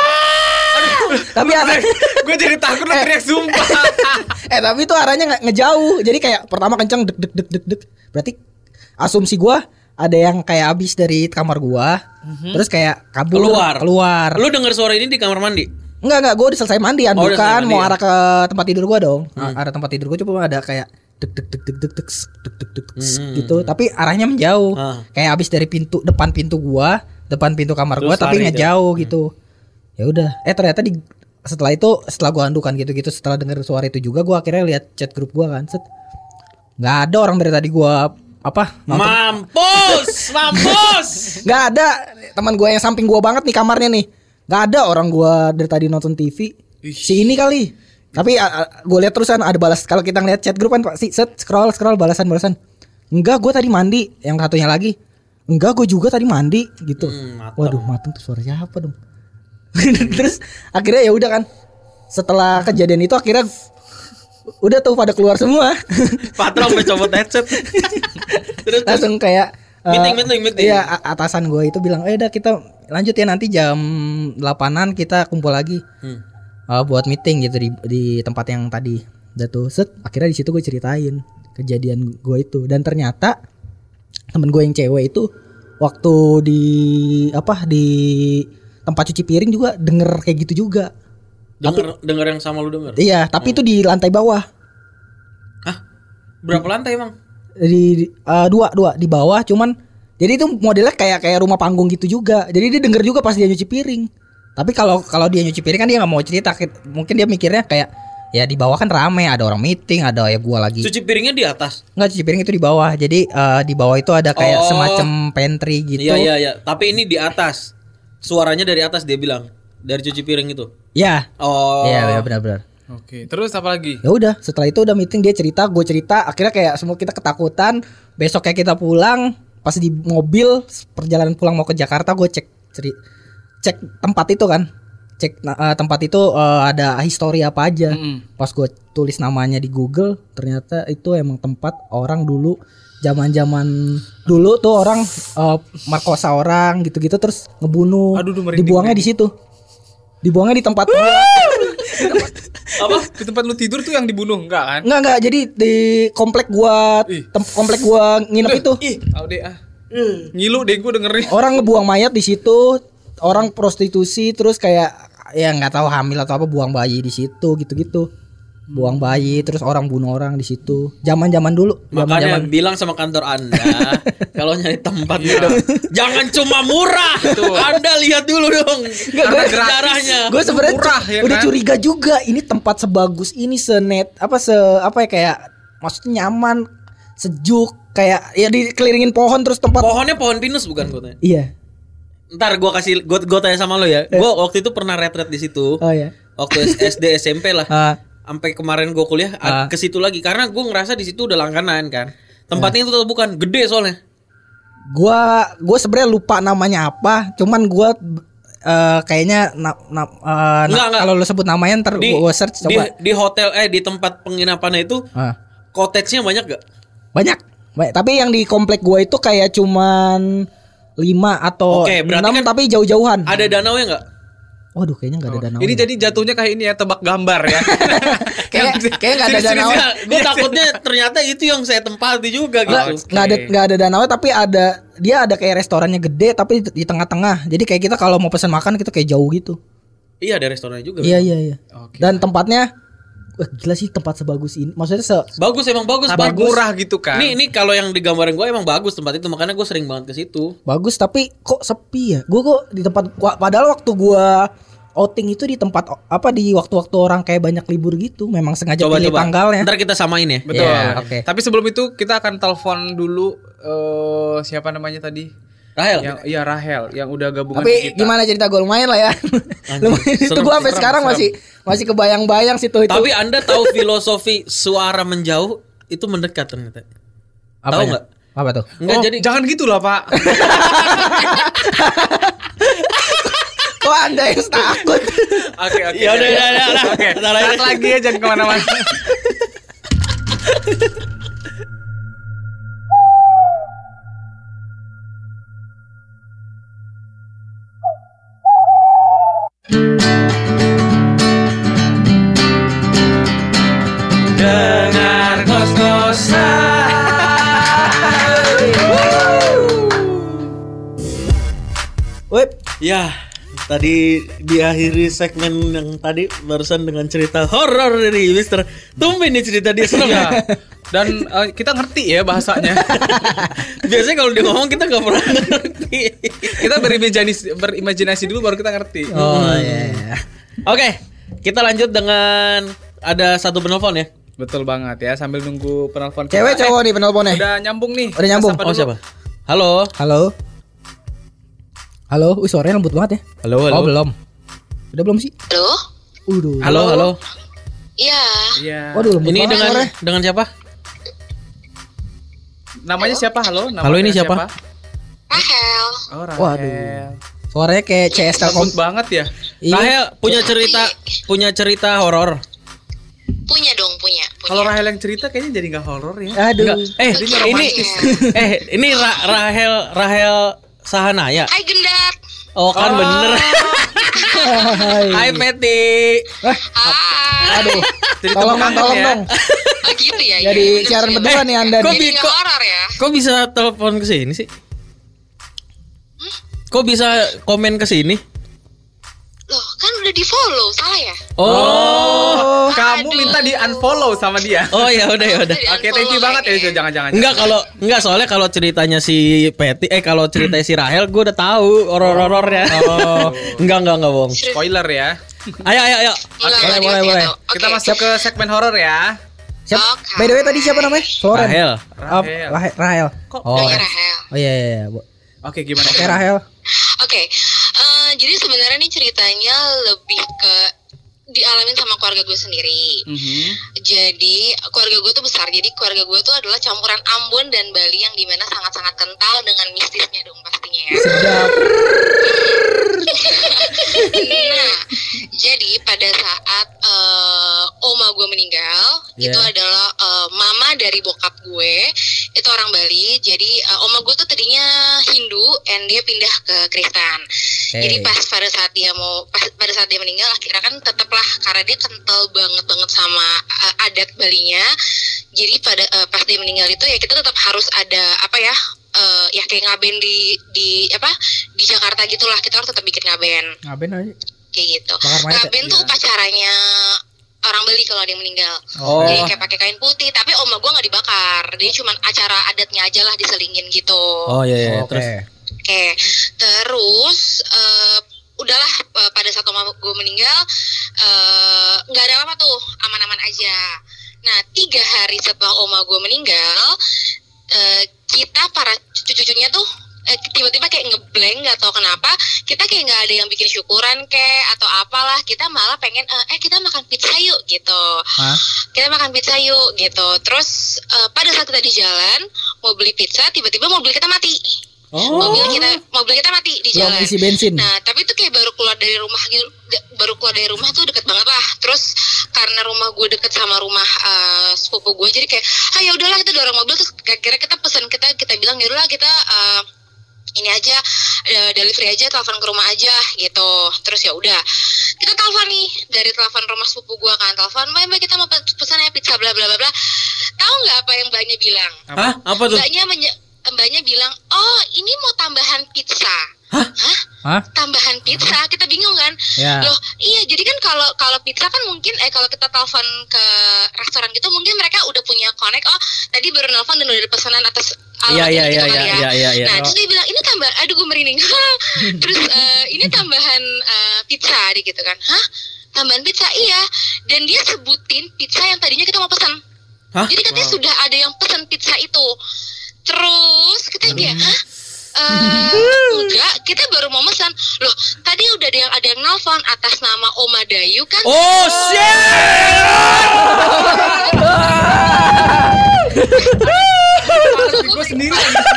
Tapi arah Gue jadi takut lo teriak sumpah. eh tapi itu arahnya nggak ngejauh. Jadi kayak pertama kenceng dek dek dek dek dek. Berarti asumsi gua ada yang kayak abis dari kamar gua, mm-hmm. terus kayak kabur Keluar. keluar. Lu denger suara ini di kamar mandi? Enggak enggak, gua udah selesai mandian, Oh, udah selesai bukan mau mandian. arah ke tempat tidur gua dong. Hmm. Arah tempat tidur gua cuma ada kayak dek dek dek dek dek dek dek dek dek Hmm. gitu. Tapi arahnya menjauh. Ah. Kayak abis dari pintu depan pintu gua, depan pintu kamar Terus gua tapi lari ngejauh dia. gitu. Ya udah. Eh ternyata di setelah itu setelah gua andukan gitu-gitu, setelah denger suara itu juga gua akhirnya lihat chat grup gua kan. Set. Nggak ada orang dari tadi gua apa nonton. Mampus, mampus. Nggak ada teman gue yang samping gue banget nih kamarnya nih. Nggak ada orang gue dari tadi nonton T V. Si ini kali. Tapi gue lihat terusan ada balas. Kalau kita ngeliat chat grup kan pasti set scroll scroll balasan balasan. Enggak, gue tadi mandi. Yang satunya lagi. Enggak, gue juga tadi mandi gitu. Hmm, mateng. Waduh, mateng tuh suara siapa dong? Terus akhirnya ya udah kan. Setelah kejadian itu akhirnya udah tuh pada keluar semua. Patra sampai copot headset. Terus Langsung kayak uh, Meeting, meeting, meeting. Iya, a- atasan gue itu bilang, "Eh, udah kita lanjut ya nanti jam delapanan kita kumpul lagi." Hmm. Uh, buat meeting gitu di di tempat yang tadi. Udah tuh, set, akhirnya di situ gue ceritain kejadian gue itu dan ternyata temen gue yang cewek itu waktu di apa di tempat cuci piring juga denger kayak gitu juga. denger denger yang sama lu denger. Iya, tapi itu di lantai bawah. Hah? Berapa lantai emang? Di uh, dua dua di bawah cuman jadi itu modelnya kayak kayak rumah panggung gitu juga. Jadi dia denger juga pas dia nyuci piring. Tapi kalau kalau dia nyuci piring kan dia nggak mau cerita. Mungkin dia mikirnya kayak ya di bawah kan rame, ada orang meeting, ada ya gua lagi. Cuci piringnya di atas. Nggak, cuci piring itu di bawah. Jadi uh, di bawah itu ada kayak Oh. semacam pantry gitu. Iya iya iya. Tapi ini di atas. Suaranya dari atas dia bilang. Dari cuci piring itu. Ya. Oh. Iya benar-benar. Oke, terus apa lagi? Ya udah, setelah itu udah meeting dia cerita, gue cerita, akhirnya kayak semua kita ketakutan. Besoknya kita pulang, pas di mobil perjalanan pulang mau ke Jakarta, gue cek ceri, cek tempat itu kan, cek uh, tempat itu uh, ada histori apa aja. Mm-mm. Pas gue tulis namanya di Google, ternyata itu emang tempat orang dulu, zaman-zaman dulu tuh orang uh, merkosa orang gitu-gitu terus ngebunuh, Aduh, duh, merinding, dibuangnya di situ, dibuangnya di tempat. Apa? Di tempat lu tidur tuh yang dibunuh enggak kan? Enggak enggak, jadi di komplek gua Ih. tem- komplek gua nginep itu. Ih, tau deh ah. Ngilu deh gue dengerin. Orang ngebuang mayat di situ, orang prostitusi terus kayak ya nggak tahu hamil atau apa buang bayi di situ gitu-gitu. Buang bayi terus orang bunuh orang di situ. Zaman-zaman dulu, Makanya zaman-zaman bilang sama kantor Anda kalau nyari tempat gitu, jangan cuma murah. Anda lihat dulu dong. Karena Karena sejarahnya. gue sebenarnya Murah, cu- ya udah kan? curiga juga ini tempat sebagus ini senet apa se apa ya kayak maksudnya nyaman, sejuk kayak ya dikelilingin pohon terus tempat. Pohonnya pohon pinus bukan gue tanya. Iya. Ntar gue kasih gue gue tanya sama lo ya. Gue waktu itu pernah retret di situ. Oh ya. Waktu S D S M P lah. Ah. Sampai kemarin gue kuliah Ah. ke situ lagi karena gue ngerasa di situ udah langganan kan. Tempatnya itu tuh bukan gede soalnya. Gua gua sebenarnya lupa namanya apa, cuman gua eh, kayaknya na, na, eh, na- Enggak, enggak. kalau lu sebut namanya ntar Di, gua search di, coba. di hotel eh di tempat penginapannya itu Ah, cottage-nya banyak gak? banyak. Banyak. Tapi yang di komplek gua itu kayak cuman lima atau Oke, berarti enam kan tapi jauh-jauhan. Ada danau ya nggak? Waduh, kayaknya enggak ada danau. Ini jadi jatuhnya kayak ini ya, tebak gambar ya. kayak kayak enggak ada Sini, sini, danau. sini. Gue takutnya ternyata itu yang saya tempati juga Enggak, gitu. enggak ada enggak ada danau tapi ada dia ada kayak restorannya gede tapi di, di tengah-tengah. Jadi kayak kita kalau mau pesan makan kita kayak jauh gitu. Iya ada restorannya juga. Iya, iya, iya. Oke. Dan tempatnya wah, gila sih tempat sebagus ini. Maksudnya se Bagus emang bagus. Tapi bagus. murah gitu kan. Nih ini kalau yang digambarin gue emang bagus tempat itu makanya gue sering banget ke situ. bagus tapi kok sepi ya. Gue kok di tempat gua- padahal waktu gua outing itu di tempat o- apa di waktu-waktu orang kayak banyak libur gitu. Memang sengaja Coba pilih coba. tanggalnya. Ntar kita samain ya. Betul. Ya, oke. Tapi sebelum itu kita akan telepon dulu eh, siapa namanya tadi? Rahel. Yang iya Rahel yang udah gabungan Tapi ke kita. gimana cerita gue lumayan lah ya. Lumayan itu serem, gue sampai serem, sekarang serem. masih masih kebayang-bayang situ itu. Tapi Anda tahu filosofi suara menjauh itu mendekat ternyata. Tahu Apanya? nggak? Apa tuh? Enggak Oh, jadi jangan gitu lah Pak. Kok Anda yang takut? Oke oke. Ya udah, udah, udah, udah. Oke. Ntar aja. Tarik lagi ya jangan kemana-mana. Ya, tadi diakhiri segmen yang tadi barusan dengan cerita horor dari Mister Tumben nih cerita dia serem ya. Dan uh, kita ngerti ya bahasanya. Biasanya kalau dia ngomong kita gak pernah ngerti. Kita berimajinasi berimajinasi dulu baru kita ngerti. Oh iya. Oke, kita lanjut dengan ada satu penelpon ya. Betul banget ya, sambil nunggu penelpon. Cewek kita. cowok Eh, nih penelponnya. Udah nyambung nih. Udah nyambung. Kita sapa Oh dulu. siapa? Halo. Halo. Halo, wih suaranya lembut banget ya. Halo, halo. Oh belum. Udah belum sih? Halo? Udah. Halo, halo. Iya. Iya. Waduh lembut Ini banget dengan suaranya. dengan siapa? Namanya siapa? Halo. Nama Halo, ini kita siapa? Rahel. Oh, Rahel. Waduh. Suaranya kayak C S Telkom. Lembut banget ya. Iya. Rahel punya cerita punya cerita horor. Punya dong, punya. punya. Kalau Rahel yang cerita kayaknya jadi nggak horor ya. Aduh. Enggak. Eh, Ini ini romantis. eh ini Ra- Rahel Rahel Sahanaya. Hai Gendat. Oh, kan Oh. bener. Hai. Hai Peti. Eh, Hai. aduh. Jadi Tolong tepuk dong, tangan tolong ya. dong. Oh gitu ya. Jadi iya, bener siaran sih. berdua nih Anda kok nih. Jadi bi- nggak kok- horor ya. Kok bisa telepon ke sini sih? Kok bisa komen ke sini? Loh, kan udah di follow, salah ya? Oh. Kamu Aduh. minta di unfollow sama dia. Oh ya udah ya udah. Udah Oke, thank you di-unfollow banget ya. kayaknya. Jangan-jangan. Enggak kalau enggak soalnya kalau ceritanya si Peti eh kalau ceritanya si Rahel gue udah tahu horor-horornya. Oh. Enggak enggak enggak bohong. Spoiler ya. Ayo ayo ayo. Enggak, boleh, enggak boleh, dikasih boleh. tahu. Oke. Kita masuk ke segmen horor ya. Siapa? Oke. By the way tadi siapa namanya? Floren. Rahel. Oh, Rahel. Rahel. Rahel. Oh. Namanya Rahel. Oh iya iya iya. Bu. Oke, gimana? Oke Rahel. Oke, eh, jadi sebenarnya nih ceritanya lebih ke dialamin sama keluarga gue sendiri. Mhm. Jadi keluarga gue tuh besar. Jadi keluarga gue tuh adalah campuran Ambon dan Bali yang dimana sangat-sangat kental dengan mistisnya dong pastinya ya. Sedap. Nah, jadi pada saat eh, oma gue meninggal, Yeah. itu adalah eh, mama dari bokap gue, itu orang Bali. Jadi eh, oma gue tuh tadinya Hindu, and dia pindah ke Kristen. Oke. Jadi pas pada saat dia mau, pas, pada saat dia meninggal, akhirnya kan tetaplah karena dia kental banget banget sama eh, adat Balinya. Jadi pada eh, pas dia meninggal itu ya kita tetap harus ada apa ya? eh, ya kayak ngaben di di apa di Jakarta gitulah, kita harus tetap bikin ngaben Ngapain aja? kayak gitu. Bakar mayat ya? Ngaben tuh upacaranya orang Bali kalau ada yang meninggal. Oh. Jadi kayak pakai kain putih, tapi oma gue nggak dibakar. Dia cuma acara adatnya aja lah diselingin gitu. Oh iya iya Oke. terus. Oke, terus eh, udahlah eh, pada saat oma gue meninggal eh, nggak ada apa-apa tuh, aman-aman aja. Nah tiga hari setelah oma gue meninggal, eh, kita para cucu-cucunya tuh eh, tiba-tiba kayak ngeblank, nggak tahu kenapa kita kayak nggak ada yang bikin syukuran kayak atau apalah, kita malah pengen eh, eh kita makan pizza yuk gitu. Hah? Kita makan pizza yuk gitu. Terus eh, pada saat kita di jalan mau beli pizza, tiba-tiba mobil kita mati. Oh. Mobil kita mobil kita mati di Belum jalan. isi bensin. Nah, tapi itu kayak baru keluar dari rumah gitu, ga- baru keluar dari rumah tuh deket banget lah. Terus karena rumah gue deket sama rumah eh, sepupu gue, jadi kayak, ah ya udahlah kita dorong mobil. Terus kira kita pesan kita kita bilang ya udahlah kita eh, ini aja eh, delivery aja, telepon ke rumah aja gitu. Terus ya udah kita telepon nih dari telepon rumah sepupu gue kan, telepon, mbak mbak kita mau pe- pesan ya pizza bla bla bla bla. Tahu nggak apa yang mbaknya bilang? Hah? Apa tuh? Mbaknya menye- mbaknya bilang, oh ini mau tambahan pizza. Hah? Hah? Hah? Tambahan pizza, kita bingung kan? Ya. Loh, iya jadi kan kalau kalau pizza kan mungkin eh kalau kita telepon ke restoran gitu mungkin mereka udah punya connect. Oh, tadi baru nelfon dan udah ada pesanan atas Iya alamat iya gitu iya kali iya ya. iya iya iya. Nah, terus dia bilang ini tambah, aduh gue merinding. Terus eh, ini tambahan eh, pizza di gitu kan? Hah? Tambahan pizza iya. Dan dia sebutin pizza yang tadinya kita mau pesan. Hah? Jadi katanya sudah ada yang pesan pizza itu. Terus kita kayak, hah? Eh, enggak, kita baru mau pesan. Loh, tadi udah ada yang ada yang nelfon atas nama Oma Dayu kan? Oh shit. Gue sendiri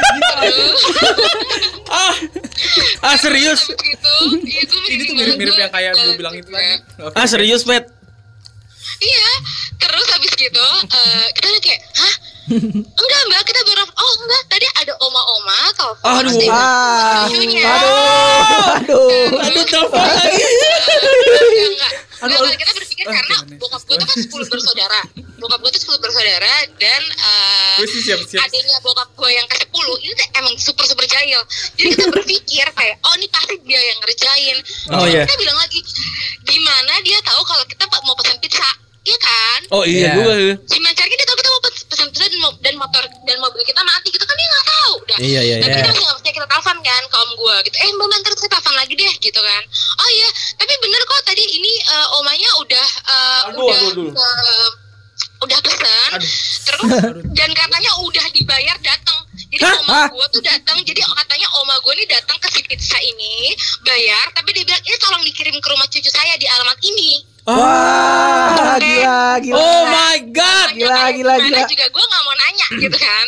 ah. Ah serius. Gitu. Iya, gue ini tuh merinding mirip-mirip banget yang kayak kalau gue bilang itu tadi. Oke. Ah serius, Pet. Iya, terus habis gitu eh, kita udah kayak, hah? Enggak mbak, kita baru, oh enggak, tadi ada oma-oma telepon. Aduh. terus dia bilang, Ah. cucunya. Aduh. Aduh. Aduh telepon lagi. Enggak, enggak. Aduh, Enggak, aduh. kita berpikir Ah, karena gimana? bokap gue tuh kan sepuluh bersaudara. Bokap bokap gue tuh sepuluh bersaudara dan uh, Wih, siap, siap. adiknya bokap gue yang ke sepuluh ini tuh emang super super jahil. Jadi kita berpikir kayak oh ini pasti dia yang ngerjain. Oh, Terus iya. kita bilang lagi gimana dia tahu kalau kita mau pesan pizza, iya kan? Oh iya Iya. juga ya. Gimana caranya dia tahu kita mau pes- pesan pizza dan, mo- dan motor dan mobil kita mati gitu kan dia nggak tahu. Udah. Iya, iya, Tapi iya. kita masih nggak percaya kita telepon kan ke om gue gitu. Eh mbak ntar saya telepon lagi deh gitu kan. Oh iya tapi bener kok tadi ini uh, omanya udah uh, Aduh, udah aduh, aduh. uh, udah pesan terus dan katanya udah dibayar datang. Jadi Hah? oma Hah? gue tuh datang. Jadi katanya oma gue nih datang ke si pizza ini bayar tapi dia bilang ini tolong dikirim ke rumah cucu saya di alamat ini. Wah, gila, gila. Oh my god. Gila, gila, Gimana gila. juga gue gak mau nanya gitu kan.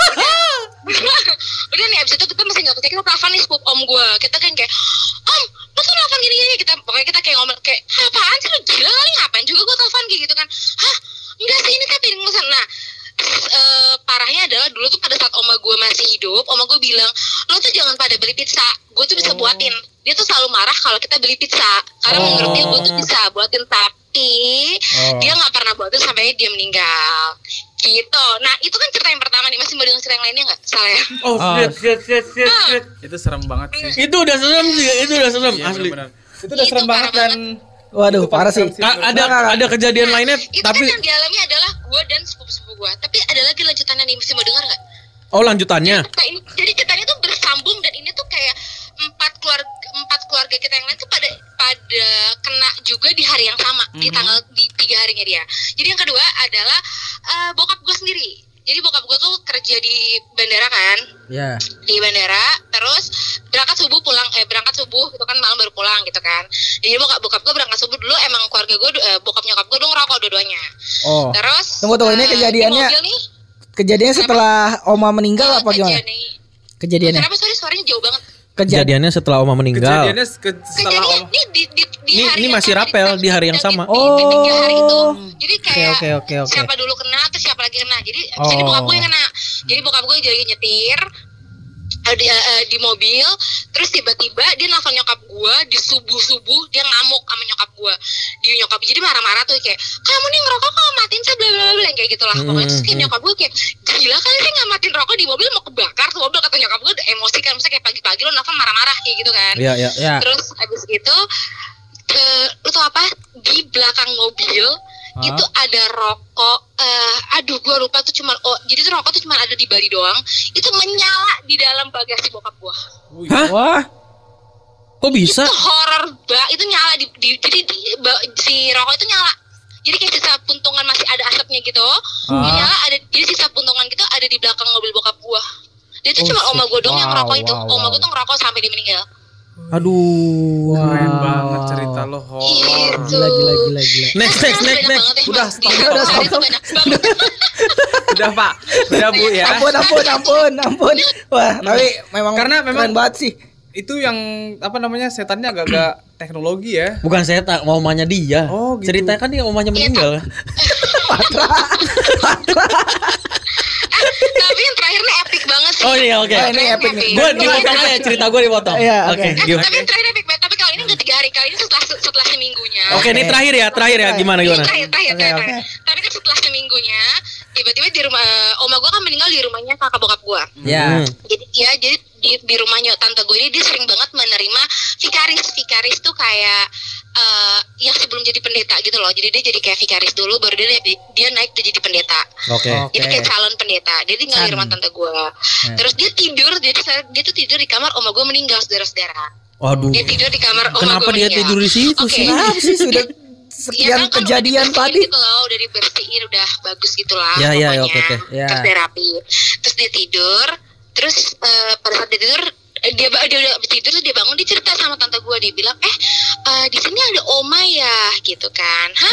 Udah, udah nih abis itu kita masih gak percaya. Kita telepon nih sepupu om gue. Kita kan kayak om lu tuh telepon gini-gini. Kita, pokoknya kita kayak ngomong kayak apaan sih lu gila kali ngapain juga gue telepon kayak gitu kan. Hah enggak sih ini saya piring pesan. Nah Uh, parahnya adalah dulu tuh pada saat oma gue masih hidup, oma gue bilang lo tuh jangan pada beli pizza, gue tuh bisa buatin. Dia tuh selalu marah kalau kita beli pizza karena Oh. menurut dia gue tuh bisa buatin, tapi Oh. dia nggak pernah buatin sampai dia meninggal gitu. Nah itu kan cerita yang pertama nih, masih mau dengar cerita yang lainnya nggak? Salah ya? Oh shit shit shit shit shit. Itu serem banget sih. Itu udah serem sih, itu udah serem Iya, asli. benar-benar. Itu udah Itu serem banget parah dan Waduh, itu parah sih. serem A- ada ada kejadian lainnya Itu tapi kan yang dialami adalah gue dan sepupu-sepupu gue. Tapi ada lagi lanjutannya nih, masih mau dengar nggak? oh lanjutannya. Nah, ini, jadi ceritanya tuh bersambung dan ini tuh kayak empat keluarga empat keluarga kita yang lain tuh pada pada kena juga di hari yang sama di tanggal di tiga harinya dia. Jadi yang kedua adalah uh, bokap gue sendiri. Jadi bokap gue tuh kerja di bandara kan, Ya. di bandara, terus berangkat subuh pulang, eh berangkat subuh itu kan malam baru pulang gitu kan. Jadi bokap bokap gue berangkat subuh dulu emang keluarga gue eh, bokap nyokap gue dong ngerokok dua-duanya. Oh. Terus Tunggu, tunggu, ini eh, kejadiannya di mobil nih, Kejadiannya setelah Oma meninggal eh, apa gimana? kejadian- Kejadiannya. Kenapa sorry suaranya jauh banget? Kejadian. Kejadiannya setelah Oma meninggal. kejadiannya ke- setelah Kejadian om ini di, di, di Ini- hari ini yang masih sama, rapel di hari yang di- sama. di, di, di tiga hari itu. Oh. Jadi kayak Oke, oke, oke, oke. siapa dulu kena terus siapa lagi kena. Jadi Oh. jadi bokap gue yang kena. Jadi bokap gue jadi nyetir eh, di, eh, di mobil, terus tiba-tiba dia nelfon nyokap gue di subuh-subuh, dia ngamuk sama nyokap gue. Dia nyokap jadi marah-marah tuh kayak kamu nih ngerokok kok matiin saya bla bla bla yang kayak gitulah. Pokoknya terus kayak nyokap gue kayak gila kali sih nggak matiin rokok di mobil mau kebakar tuh mobil, kata nyokap gue udah emosi kan, misalnya kayak pagi-pagi lo nelfon marah-marah kayak gitu kan. Iya iya. Ya. Terus abis itu eh lu tau apa di belakang mobil Hah? itu ada rokok eh aduh gua lupa tuh cuma oh jadi tuh rokok tuh cuma ada di bari doang, itu menyala di dalam bagasi bokap gua. Hah? Wah. Kok bisa? Itu horor ba itu nyala di, di jadi di, ba- si rokok itu nyala, jadi kayak sisa puntungan masih ada asapnya gitu. Dia nyala ada, jadi sisa puntungan gitu ada di belakang mobil bokap gua. Dia tuh Oh, cuma shit. oma gua dong yang Wow, ngerokok itu. wow, Oma wow. gua tuh ngerokok sampai dia meninggal. Aduh. keren Wow. banget cerita lo horor. Gitu. Gila, gila, gila, gila. Next Kan next banyak next next. banget ya, Udah, Mas. stop, Di stop, satu stop. hari tuh banyak banget. Udah pak, udah bu ya. Ampun, ampun, ampun, ampun. Wah, tapi memang Karena memang- keren banget sih. Itu yang apa namanya setannya agak-agak teknologi ya. Bukan saya tak omanya dia. Oh, gitu. Ceritanya kan dia omanya meninggal. Tapi yang terakhir nih epic banget sih. Oh iya oke. Oh, ini epic nih. Gue dipotong aja cerita gue dipotong. Iya, Oke, oke. Eh, gimana? tapi yang terakhir epic banget. Tapi kali ini nggak tiga hari, kali ini setelah setelah seminggunya. Oke, ini terakhir ya, terakhir ya. Gimana Ini gimana? terakhir, terakhir, Oke, terakhir, oke. terakhir. Tapi kan setelah seminggunya, tiba-tiba di rumah oma gue kan meninggal di rumahnya kakak bokap gue. Ya. Hmm. Jadi ya, jadi di, di rumahnya tante gue ini dia sering banget menerima vikaris. Vikaris tuh kayak eh yang sebelum jadi pendeta gitu loh. Jadi dia jadi kayak vikaris dulu, baru dia dia naik jadi pendeta. Oke. Oke. Jadi kayak calon pendeta. Dia tinggal di Can. rumah tante gue. Terus dia tidur, jadi saya- dia tuh tidur di kamar oma gue meninggal, saudara-saudara. Waduh. Dia tidur di kamar oma Kenapa gue dia meninggal. tidur di situ Oke. sih? Kenapa sih sudah Iya sekian kan, kan kejadian udah dibersihin tadi? gitu loh, udah dibersihin, udah bagus gitu lah Ya, ya, pokoknya. oke, oke. Ya. Terus dia rapi. Terus dia tidur. Terus eh, pada saat dia tidur, eh, dia dia udah habis tidur, terus dia bangun, dia cerita sama tante gue, dia bilang, eh eh, di sini ada oma ya, gitu kan? Hah?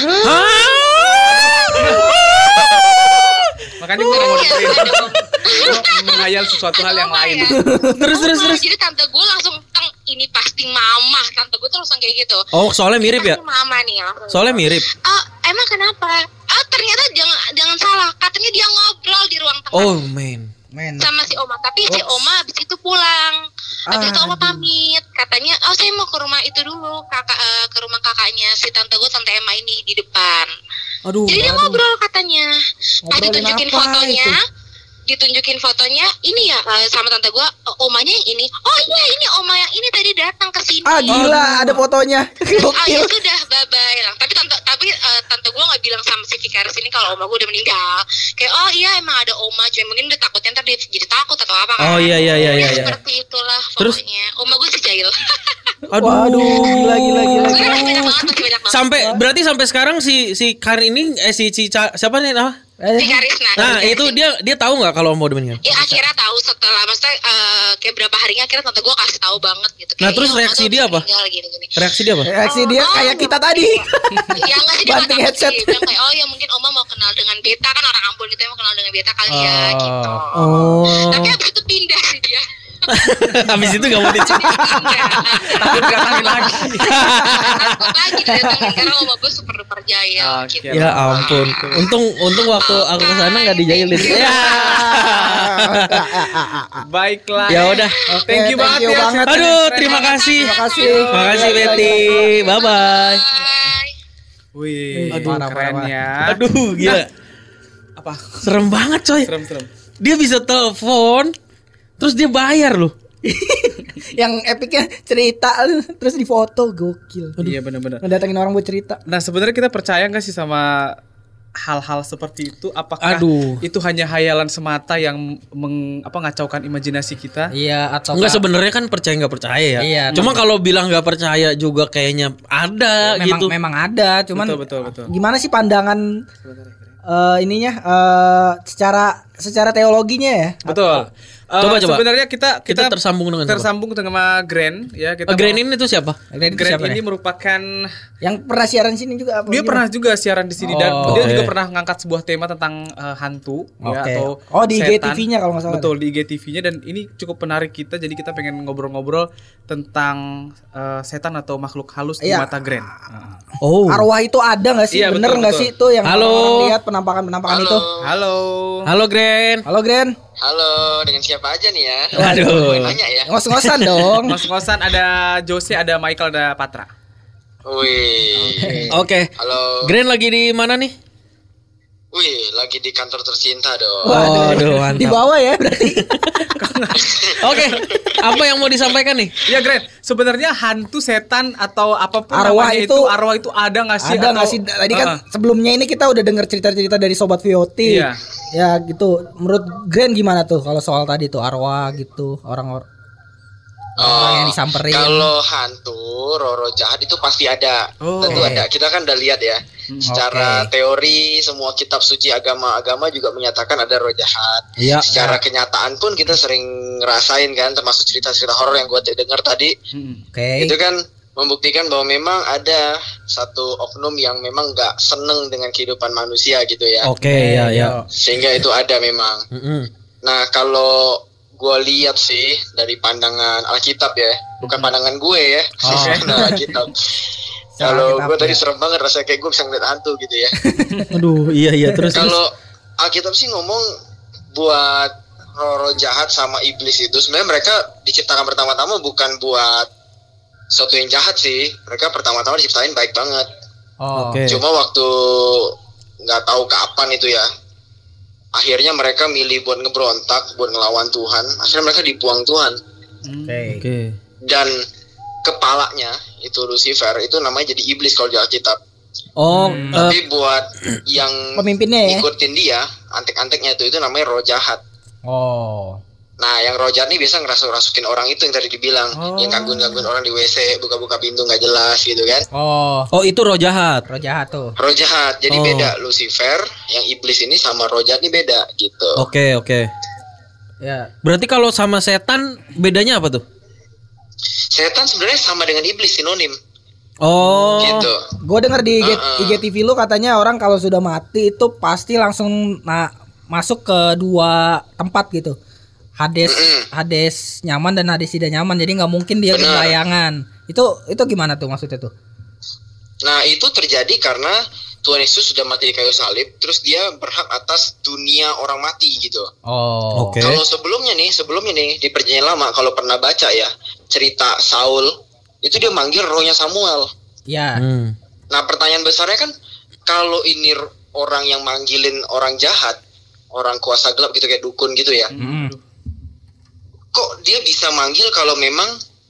Makanya gue mau Iya, dengerin. ada oma. Gua menghayal sesuatu hal Ada yang oma lain. ya? Terus terus Oma. terus. Jadi tante gue langsung teng, ini pasti mama. Tante gue tuh langsung kayak gitu. Oh, soalnya mirip ya? Pasti mama nih langsung. Soalnya mirip. Ah, emang kenapa? Ah, ternyata jangan jangan salah. Katanya dia ngobrol di ruang tengah Oh, man. Men. sama si Oma. Tapi si Oma habis itu pulang. Habis itu Oma Aduh. pamit. Katanya, oh saya mau ke rumah itu dulu, kakak eh, ke rumah kakaknya si tante gue, tante Emma ini di depan. Aduh. Jadi dia ngobrol katanya. Pas Ngobrolin ditunjukin apa fotonya, itu? ditunjukin fotonya, ini ya uh, sama tante gua, uh, omanya yang ini. Oh iya, ini oma yang ini tadi datang ke sini. Ah gila, ada fotonya. Oh ya Gokil. sudah, bye bye. Tapi tante tapi uh, tante gua nggak bilang sama si Vikaris ini kalau oma gua udah meninggal. Kayak oh iya emang ada oma, cuma mungkin udah takutnya ntar dia jadi takut atau apa kan. Oh iya iya iya iya. Ya, iya. seperti itulah Terus? pokoknya. Oma gua si jahil. Aduh. Waduh, gila gila gila. Sebenarnya masih banyak banget, masih banyak banget. Sampai berarti sampai sekarang si si Karin ini eh si Cica siapa nih nama? Vikaris nah. Nah, Vikaris itu ini. dia dia tahu nggak kalau mau udah meninggal? Ya akhirnya tahu setelah maksudnya uh, kayak berapa harinya akhirnya tante gue kasih tahu banget gitu. Nah, Kayak, terus "Iya, reaksi Oma tuh dia apa? meninggal, gini-gini." Reaksi dia apa? Reaksi dia Oh, kayak oh, kita tadi. Ya enggak sih dia nggak Banting takut headset. sih. Dia bilang kayak oh ya mungkin Oma mau kenal dengan Beta kan orang Ambon gitu ya mau kenal dengan Beta kali ya gitu. Oh. Tapi abis itu pindah sih dia. Habis itu gak mau dicek. Pindah. Takut datangin lagi. Takut lagi datangin karena Oma gue super duper jahil Oke. gitu. Ya ampun. Untung untung waktu aku ke sana enggak dijahilin. Ya. Baiklah. Ya udah. Oke, Thank you banget ya. banget. Aduh, terima kasih. Terima kasih. Terima kasih Betty. Bye bye. Bye. Wih, Aduh, keren parah, ya. Aduh, gila. Apa? Serem banget, coy. Serem-serem. Dia bisa telepon terus dia bayar loh. Yang epicnya cerita terus difoto, gokil. Iya benar-benar. Ngedatengin orang buat cerita. Nah, sebenarnya kita percaya nggak sih sama hal-hal seperti itu? Apakah Aduh. itu hanya hayalan semata yang meng, apa ngacaukan imajinasi kita? Iya atau Enggak, sebenarnya kan percaya nggak percaya ya. Iya, Cuma kalau bilang nggak percaya juga kayaknya ada memang gitu. memang ada, cuman Betul, betul, betul. gimana sih pandangan eh, ininya eh, secara secara teologinya ya? Betul. Eh, Coba, coba. Sebenarnya kita Kita tersambung dengan siapa? tersambung dengan Grand ya. Kita Eh, Grand mau- ini tuh siapa? Grand itu Grand siapa ini nih? merupakan Yang pernah siaran sini juga apa? dia gimana? pernah juga siaran di sini dan Oh, dia oke. juga pernah ngangkat sebuah tema tentang eh, hantu ya, Oke. atau Oh, di I G setan. T V-nya kalau nggak salah. Betul, di I G T V-nya dan ini cukup menarik kita jadi kita pengen ngobrol-ngobrol tentang eh, setan atau makhluk halus di Iya. mata Grand. Oh. Arwah itu ada nggak sih? Iya, Bener betul, nggak betul. sih itu yang Halo. orang lihat penampakan-penampakan itu? Halo. Halo Grand. Halo Grand. Halo, dengan siapa aja nih ya? Waduh. Boleh nanya ya? Ngos-ngosan dong. Ngos-ngosan ada Jose, ada Michael, ada Patra. Wih. Oke. Halo. Grand lagi di mana nih? Wih, lagi di kantor tercinta dong. Waduh, mantap. Di bawah ya berarti. Oke. Apa yang mau disampaikan nih? Ya Grand, sebenarnya hantu, setan atau apapun Arwah namanya itu- itu, arwah itu ada nggak sih? Ada Atau- nggak sih? Tadi kan Heeh. sebelumnya ini kita udah dengar cerita-cerita dari sobat V O T. Iya. Ya gitu. Menurut Grand gimana tuh kalau soal tadi tuh arwah gitu orang-orang orang yang disamperin. Kalau hantu, roro jahat itu pasti ada. Oh. Tentu ada. Kita kan udah lihat ya. Secara Oke. teori semua kitab suci agama-agama juga menyatakan ada roh jahat. Iya. Secara kenyataan pun kita sering ngerasain kan, termasuk cerita-cerita horor yang gue dengar tadi. Mm-mm. Oke. Itu kan membuktikan bahwa memang ada satu oknum yang memang nggak seneng dengan kehidupan manusia gitu ya. Oke, ya ya. Sehingga itu ada memang. Mm-mm. Nah kalau gue lihat sih dari pandangan Alkitab ya, bukan pandangan gue ya, pandangan Alkitab. Kalau Alkitab, gue tadi ya. serem banget rasanya kayak gue bisa ngeliat hantu gitu ya. Aduh, iya iya terus. terus. Kalau Alkitab sih ngomong buat roh-roh jahat sama iblis itu sebenarnya mereka diciptakan pertama-tama bukan buat sesuatu yang jahat sih. Mereka pertama-tama diciptain baik banget. Oh. Oke. Cuma waktu nggak tahu kapan itu ya, akhirnya mereka milih buat ngebrontak, buat ngelawan Tuhan. Akhirnya mereka dibuang Tuhan. Oke. Oke. Dan kepalanya itu Lucifer itu namanya jadi iblis kalau di Alkitab. Oh, Hmm. eh, Tapi buat yang Pemimpinnya ya. ngikutin dia, antek-anteknya itu itu namanya roh jahat. Oh. Nah, yang roh jahat nih biasa ngerasuk-rasukin orang itu yang tadi dibilang, Oh. yang gangguin-gangguin orang di W C, buka-buka pintu nggak jelas gitu kan. Oh. oh itu roh jahat. Roh jahat tuh. Roh jahat, jadi Oh. beda. Lucifer, yang iblis ini sama roh jahat ini beda gitu. Oke, oke. Ya. Berarti kalau sama setan bedanya apa tuh? Setan sebenarnya sama dengan iblis, sinonim Oh. gitu. Gue denger di I G, Uh-uh. I G T V lu katanya orang kalau sudah mati itu pasti langsung nah, masuk ke dua tempat gitu. Hades, Mm-mm. Hades nyaman dan Hades tidak nyaman. Jadi nggak mungkin dia Benar. berlayangan. Itu itu gimana tuh maksudnya tuh? Nah, itu terjadi karena Tuhan Yesus sudah mati di kayu salib, terus dia berhak atas dunia orang mati gitu. Oh. Oke. Kalau sebelumnya nih, sebelumnya nih di perjanjian lama kalau pernah baca ya cerita Saul, itu dia manggil rohnya Samuel. Ya. Hmm. Nah, pertanyaan besarnya kan kalau ini orang yang manggilin orang jahat, orang kuasa gelap gitu kayak dukun gitu ya. Hmm. Kok dia bisa manggil kalau memang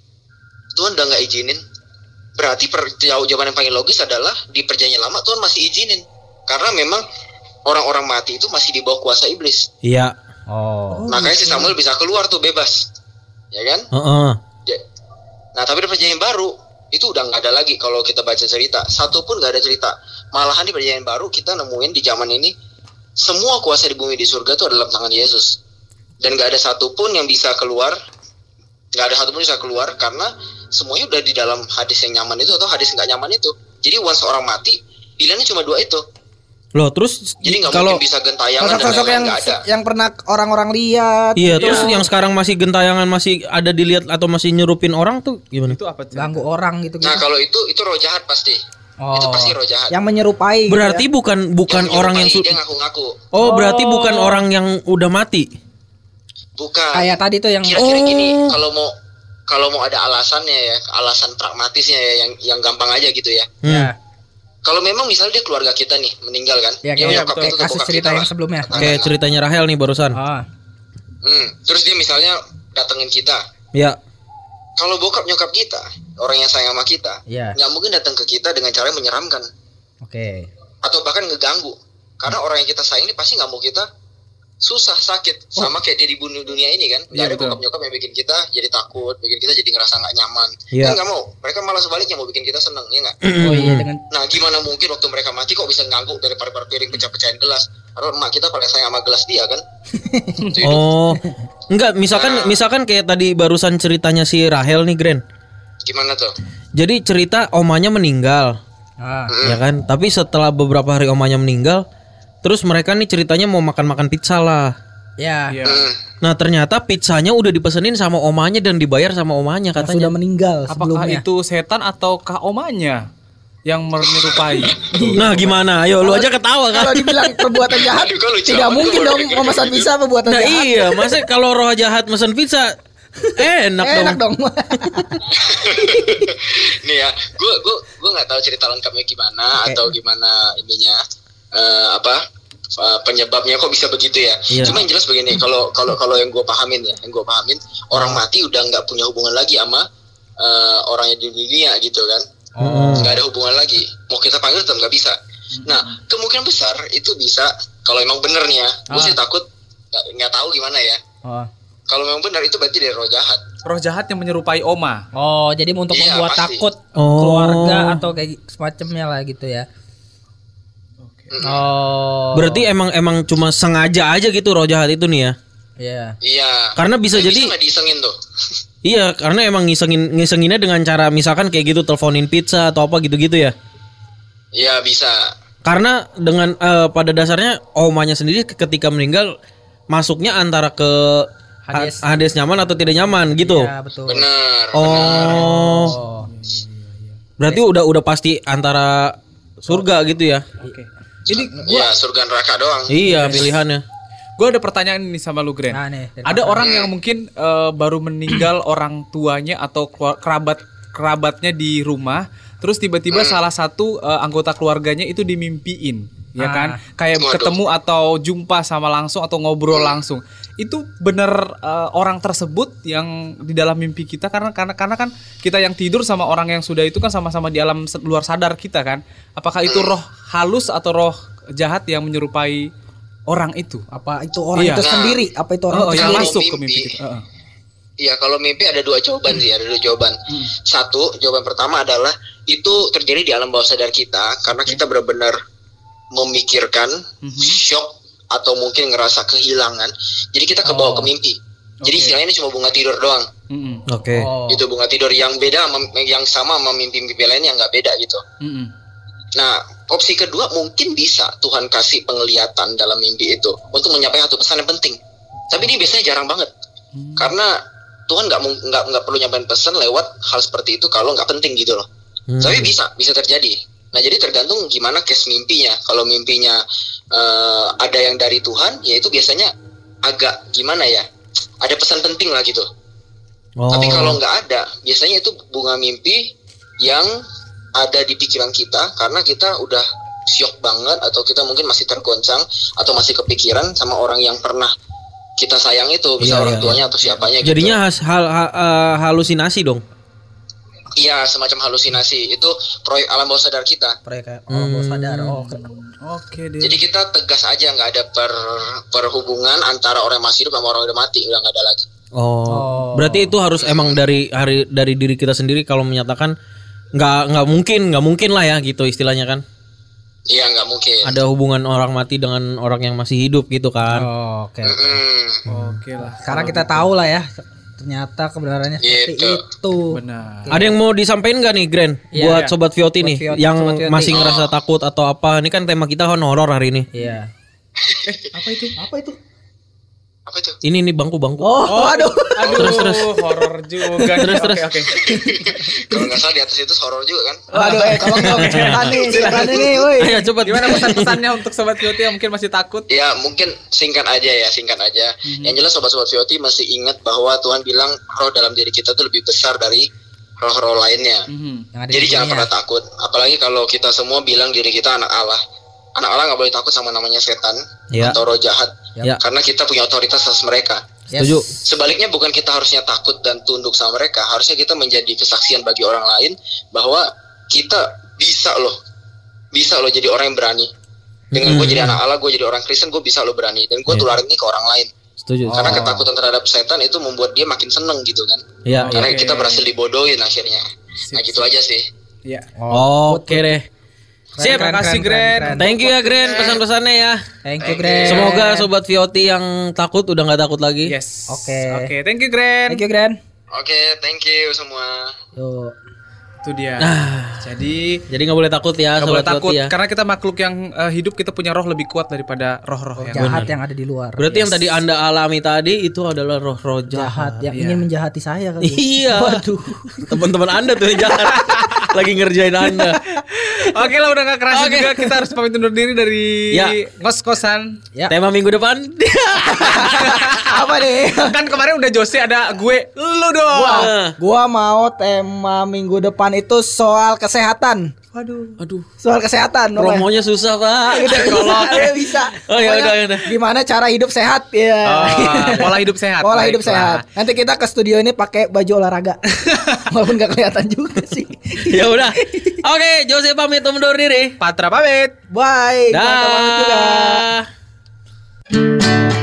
Tuhan udah nggak izinin? Berarti per, jawaban yang paling logis adalah di perjanjian lama Tuhan masih izinin. Karena memang orang-orang mati itu masih di bawah kuasa iblis. Iya. Oh. Makanya si Samuel bisa keluar tuh bebas. Ya kan? Heeh. Ya. Nah tapi di perjanjian baru itu udah nggak ada lagi kalau kita baca cerita. Satu pun nggak ada cerita. Malahan di perjanjian baru kita nemuin di zaman ini semua kuasa di bumi di surga itu adalah dalam tangan Yesus. Dan nggak ada satupun yang bisa keluar, nggak ada satupun yang bisa keluar karena semuanya udah di dalam hadis yang nyaman itu atau hadis nggak nyaman itu. Jadi once orang mati, pilihannya cuma dua itu. Loh, terus Jadi nggak kalau mungkin bisa gentayangan dan Sosok-sosok lain-lain, yang nggak ada. yang pernah orang-orang lihat. iya, terus yang sekarang masih gentayangan masih ada dilihat atau masih nyerupin orang tuh gimana? Itu apa tuh? Ganggu orang gitu gitu. Nah kalau itu itu roh jahat pasti. Oh. Itu pasti roh jahat. Yang menyerupai gitu Berarti ya. bukan bukan Yang orang yang menyerupai, su- dia ngaku-ngaku. Oh, berarti Oh. bukan orang yang udah mati. Bukan. Kayak tadi tuh yang Kira-kira gini, Oh. kalau mau kalau mau ada alasannya ya, alasan pragmatisnya ya yang yang gampang aja gitu ya. Hmm. ya, Kalau memang misalnya dia keluarga kita nih meninggal kan, ya dia kayak, nyokap kayak kita atau kasus bokap cerita kita yang lah. sebelumnya. Kayak ceritanya Rahel nih barusan. Oh. Hmm, terus dia misalnya datengin kita. Ya. Kalau bokap nyokap kita, orang yang sayang sama kita, Iya. nggak mungkin datang ke kita dengan cara yang menyeramkan Oke. atau bahkan ngeganggu. Karena orang yang kita sayang ini pasti nggak mau kita susah, sakit, sama kayak dia di bunuh dunia ini kan. Nggak Iya, ada betul. bokap nyokap yang bikin kita jadi takut, bikin kita jadi ngerasa nggak nyaman. Iya. Kan nggak mau. Mereka malah sebaliknya mau bikin kita seneng, ya nggak? Oh iya dengan Nah gimana mungkin waktu mereka mati kok bisa ngangguk daripada piring pecah-pecahin gelas. Karena emak kita paling sayang sama gelas dia kan. Itu hidup. Oh. Enggak, misalkan misalkan kayak tadi barusan ceritanya si Rahel nih, Gren. Gimana tuh? Jadi cerita omanya meninggal, ah. ya kan? Tapi setelah beberapa hari omanya meninggal, terus mereka nih ceritanya mau makan-makan pizza lah. Ya. Iya. Hmm. Nah, ternyata pizzanya udah dipesenin sama omanya dan dibayar sama omanya Yang katanya. sudah meninggal Apakah sebelumnya. itu setan ataukah omanya yang menyerupai? Nah, gimana? Ayo lu aja ketawa Kalau kan. dibilang perbuatan jahat, Aduh, kok lucu tidak amat mungkin gua dong kayak memesan gitu. pizza perbuatan Nah, jahat. iya, masa kalau roh jahat mesen pizza enak, Enak dong. dong. Nih ya, gue gue gue nggak tahu cerita lengkapnya gimana Oke. atau gimana ininya eh, apa eh, penyebabnya kok bisa begitu ya. Iya. Cuma yang jelas begini, kalau kalau kalau yang gue pahamin ya, yang gue pahamin orang mati udah nggak punya hubungan lagi sama eh, orang yang di dunia gitu kan. Oh. Nggak ada hubungan lagi. Mau kita panggil tetap nggak bisa. Nah kemungkinan besar itu bisa kalau emang bener nih ya. Gue Ah. sih takut nggak nggak tahu gimana ya. Oh. Kalau memang benar itu berarti dari roh jahat. Roh jahat yang menyerupai oma. Oh, jadi untuk Iya, membuat pasti. takut Oh. keluarga atau kayak semacamnya lah gitu ya. Oh. Berarti emang emang cuma sengaja aja gitu roh jahat itu nih ya. Iya. Iya. Karena bisa Tapi jadi bisa nggak diisengin tuh. iya, karena emang ngisengin ngisenginnya dengan cara misalkan kayak gitu teleponin pizza atau apa gitu-gitu ya. Iya bisa. Karena dengan eh, pada dasarnya omanya sendiri ketika meninggal masuknya antara ke Hades. ha- Hades nyaman atau tidak nyaman gitu. Iya, betul. Benar. Oh. Oh. Berarti udah udah pasti antara surga gitu ya. Oke. Jadi Iya surga neraka doang. Iya, pilihannya. gue ada pertanyaan nih sama lu, Gren. Nah, nih, dari Ada Pak. orang yang mungkin eh, baru meninggal orang tuanya atau kelua- kerabat kerabatnya di rumah, terus tiba-tiba salah satu eh, anggota keluarganya itu dimimpiin, ya Ah. kan? Kayak Waduh. ketemu atau jumpa sama langsung atau ngobrol langsung. Itu bener eh, orang tersebut yang di dalam mimpi kita karena karena karena kan kita yang tidur sama orang yang sudah itu kan sama-sama di alam se- luar sadar kita kan. Apakah itu roh halus atau roh jahat yang menyerupai orang itu? Apa itu orang Iya. itu Nah. sendiri? Apa itu orang Oh, itu yang sendiri? masuk ke Mimpi. mimpi kita. Heeh. Iya kalau mimpi ada dua jawaban sih, ada dua jawaban. Satu jawaban pertama adalah itu terjadi di alam bawah sadar kita karena kita benar-benar memikirkan, shock atau mungkin ngerasa kehilangan. Jadi kita kebawa ke mimpi. Jadi Oke. istilahnya ini cuma bunga tidur doang. Mm-mm. Oke. Oh. Itu bunga tidur yang beda, sama- yang sama sama mimpi-mimpi lain yang nggak beda gitu. Mm-mm. Nah, opsi kedua mungkin bisa Tuhan kasih penglihatan dalam mimpi itu untuk menyampaikan satu pesan yang penting. Tapi ini biasanya jarang banget, karena Tuhan nggak mung- nggak nggak perlu nyampaikan pesan lewat hal seperti itu kalau nggak penting gitu loh. Hmm. Tapi bisa bisa terjadi. Nah, jadi tergantung gimana case mimpinya. Kalau mimpinya eh, ada yang dari Tuhan, ya itu biasanya agak gimana ya? Ada pesan penting lah gitu. Oh. Tapi kalau nggak ada, biasanya itu bunga mimpi yang ada di pikiran kita karena kita udah syok banget atau kita mungkin masih tergoncang atau masih kepikiran sama orang yang pernah kita sayang itu, bisa Iya, orang iya, tuanya atau siapanya gitu. Jadinya has- hal ha- uh, halusinasi dong. Iya, semacam halusinasi. Itu proyek alam bawah sadar kita. Proyek alam bawah sadar. Oh, oke. Oke deh. Jadi kita tegas aja, nggak ada per perhubungan antara orang yang masih hidup sama orang yang udah mati, udah nggak ada lagi. Oh, berarti itu harus emang dari hari dari diri kita sendiri kalau menyatakan nggak nggak mungkin nggak mungkin lah ya gitu istilahnya kan. Iya, nggak mungkin. Ada hubungan orang mati dengan orang yang masih hidup gitu kan. Oh, oke. Mm-mm. Oke lah. Sekarang kita tahu lah ya. Ternyata kebenarannya seperti Gitu. itu. Benar. Ada yang mau disampaikan nggak nih, Grand? Iya, buat iya. sobat Vioti Buat nih, Vioti, yang Sobat Vioti. masih ngerasa takut atau apa? Ini kan tema kita kan horor hari ini. Iya. Apa itu? Apa itu? Apa itu? Ini nih bangku-bangku. Oh, aduh. Aduh, Terus, terus. horor juga. Terus, Oke, terus. Oke. Kalau nggak salah di atas itu horor juga kan? Waduh, eh tolong dong silakan nih, silakan nih, woi. Ayo coba. Gimana pesan-pesannya untuk sobat Vioti yang mungkin masih takut? Ya mungkin singkat aja ya, singkat aja. Yang jelas sobat-sobat Vioti mesti ingat bahwa Tuhan bilang roh dalam diri kita tuh lebih besar dari roh-roh lainnya. Mhm. Yang ada Jadi di jangan dunia. pernah takut. Apalagi kalau kita semua bilang diri kita anak Allah. Anak Allah nggak boleh takut sama namanya setan Ya. atau roh jahat. Ya. Karena kita punya otoritas atas mereka. Yes. Setuju. Sebaliknya bukan kita harusnya takut dan tunduk sama mereka, harusnya kita menjadi kesaksian bagi orang lain bahwa kita bisa loh, bisa loh jadi orang yang berani. Dengan gue jadi anak Allah, gue jadi orang Kristen, gue bisa loh berani dan gue Iya. tularin ini ke orang lain. Setuju. Karena ketakutan terhadap setan itu membuat dia makin seneng gitu kan. Iya, Karena iya. kita berhasil dibodohin akhirnya. Nah gitu aja sih. Iya. Oke deh. Sip. Terima kasih, Grand. Thank you ya, Grand, pesan-pesannya ya. Thank you, Grand. Semoga sobat Vioti yang takut udah nggak takut lagi. Yes. Oke. Oke, thank you, Grand. Thank you, Grand. Oke, thank you semua. Yuk. Itu dia. Jadi Jadi nggak boleh takut ya, nggak boleh sobat takut Vioti ya. karena kita makhluk yang eh, hidup, kita punya roh lebih kuat daripada roh-roh yang Jahat yang ada di luar. Berarti yang tadi Anda alami tadi itu adalah roh-roh jahat. Jahat yang Iya. ingin menjahati saya kali. Iya. Waduh. Teman-teman Anda tuh yang jahat lagi ngerjain Anda. Oke lah, udah gak kerasa Oke. juga kita harus pamit undur diri dari Ya. ngos-kosan. Ya. Tema minggu depan. Apa nih? Kan kemarin udah Jose, ada gue, lu dong. Gua, gua mau tema minggu depan itu soal kesehatan. Waduh. Aduh, Soal kesehatan. Noel. promonya susah, Pak. Udah bisa, udah bisa. Oh, ya Pokoknya udah, ya udah. Gimana cara hidup sehat ya? Oh, pola hidup sehat. Pola hidup Baiklah. sehat. Nanti kita ke studio ini pakai baju olahraga. Walaupun gak kelihatan juga sih. Ya udah. Oke, Jose pamit undur diri. Patra pamit. Bye. Gua pamit juga. Dah.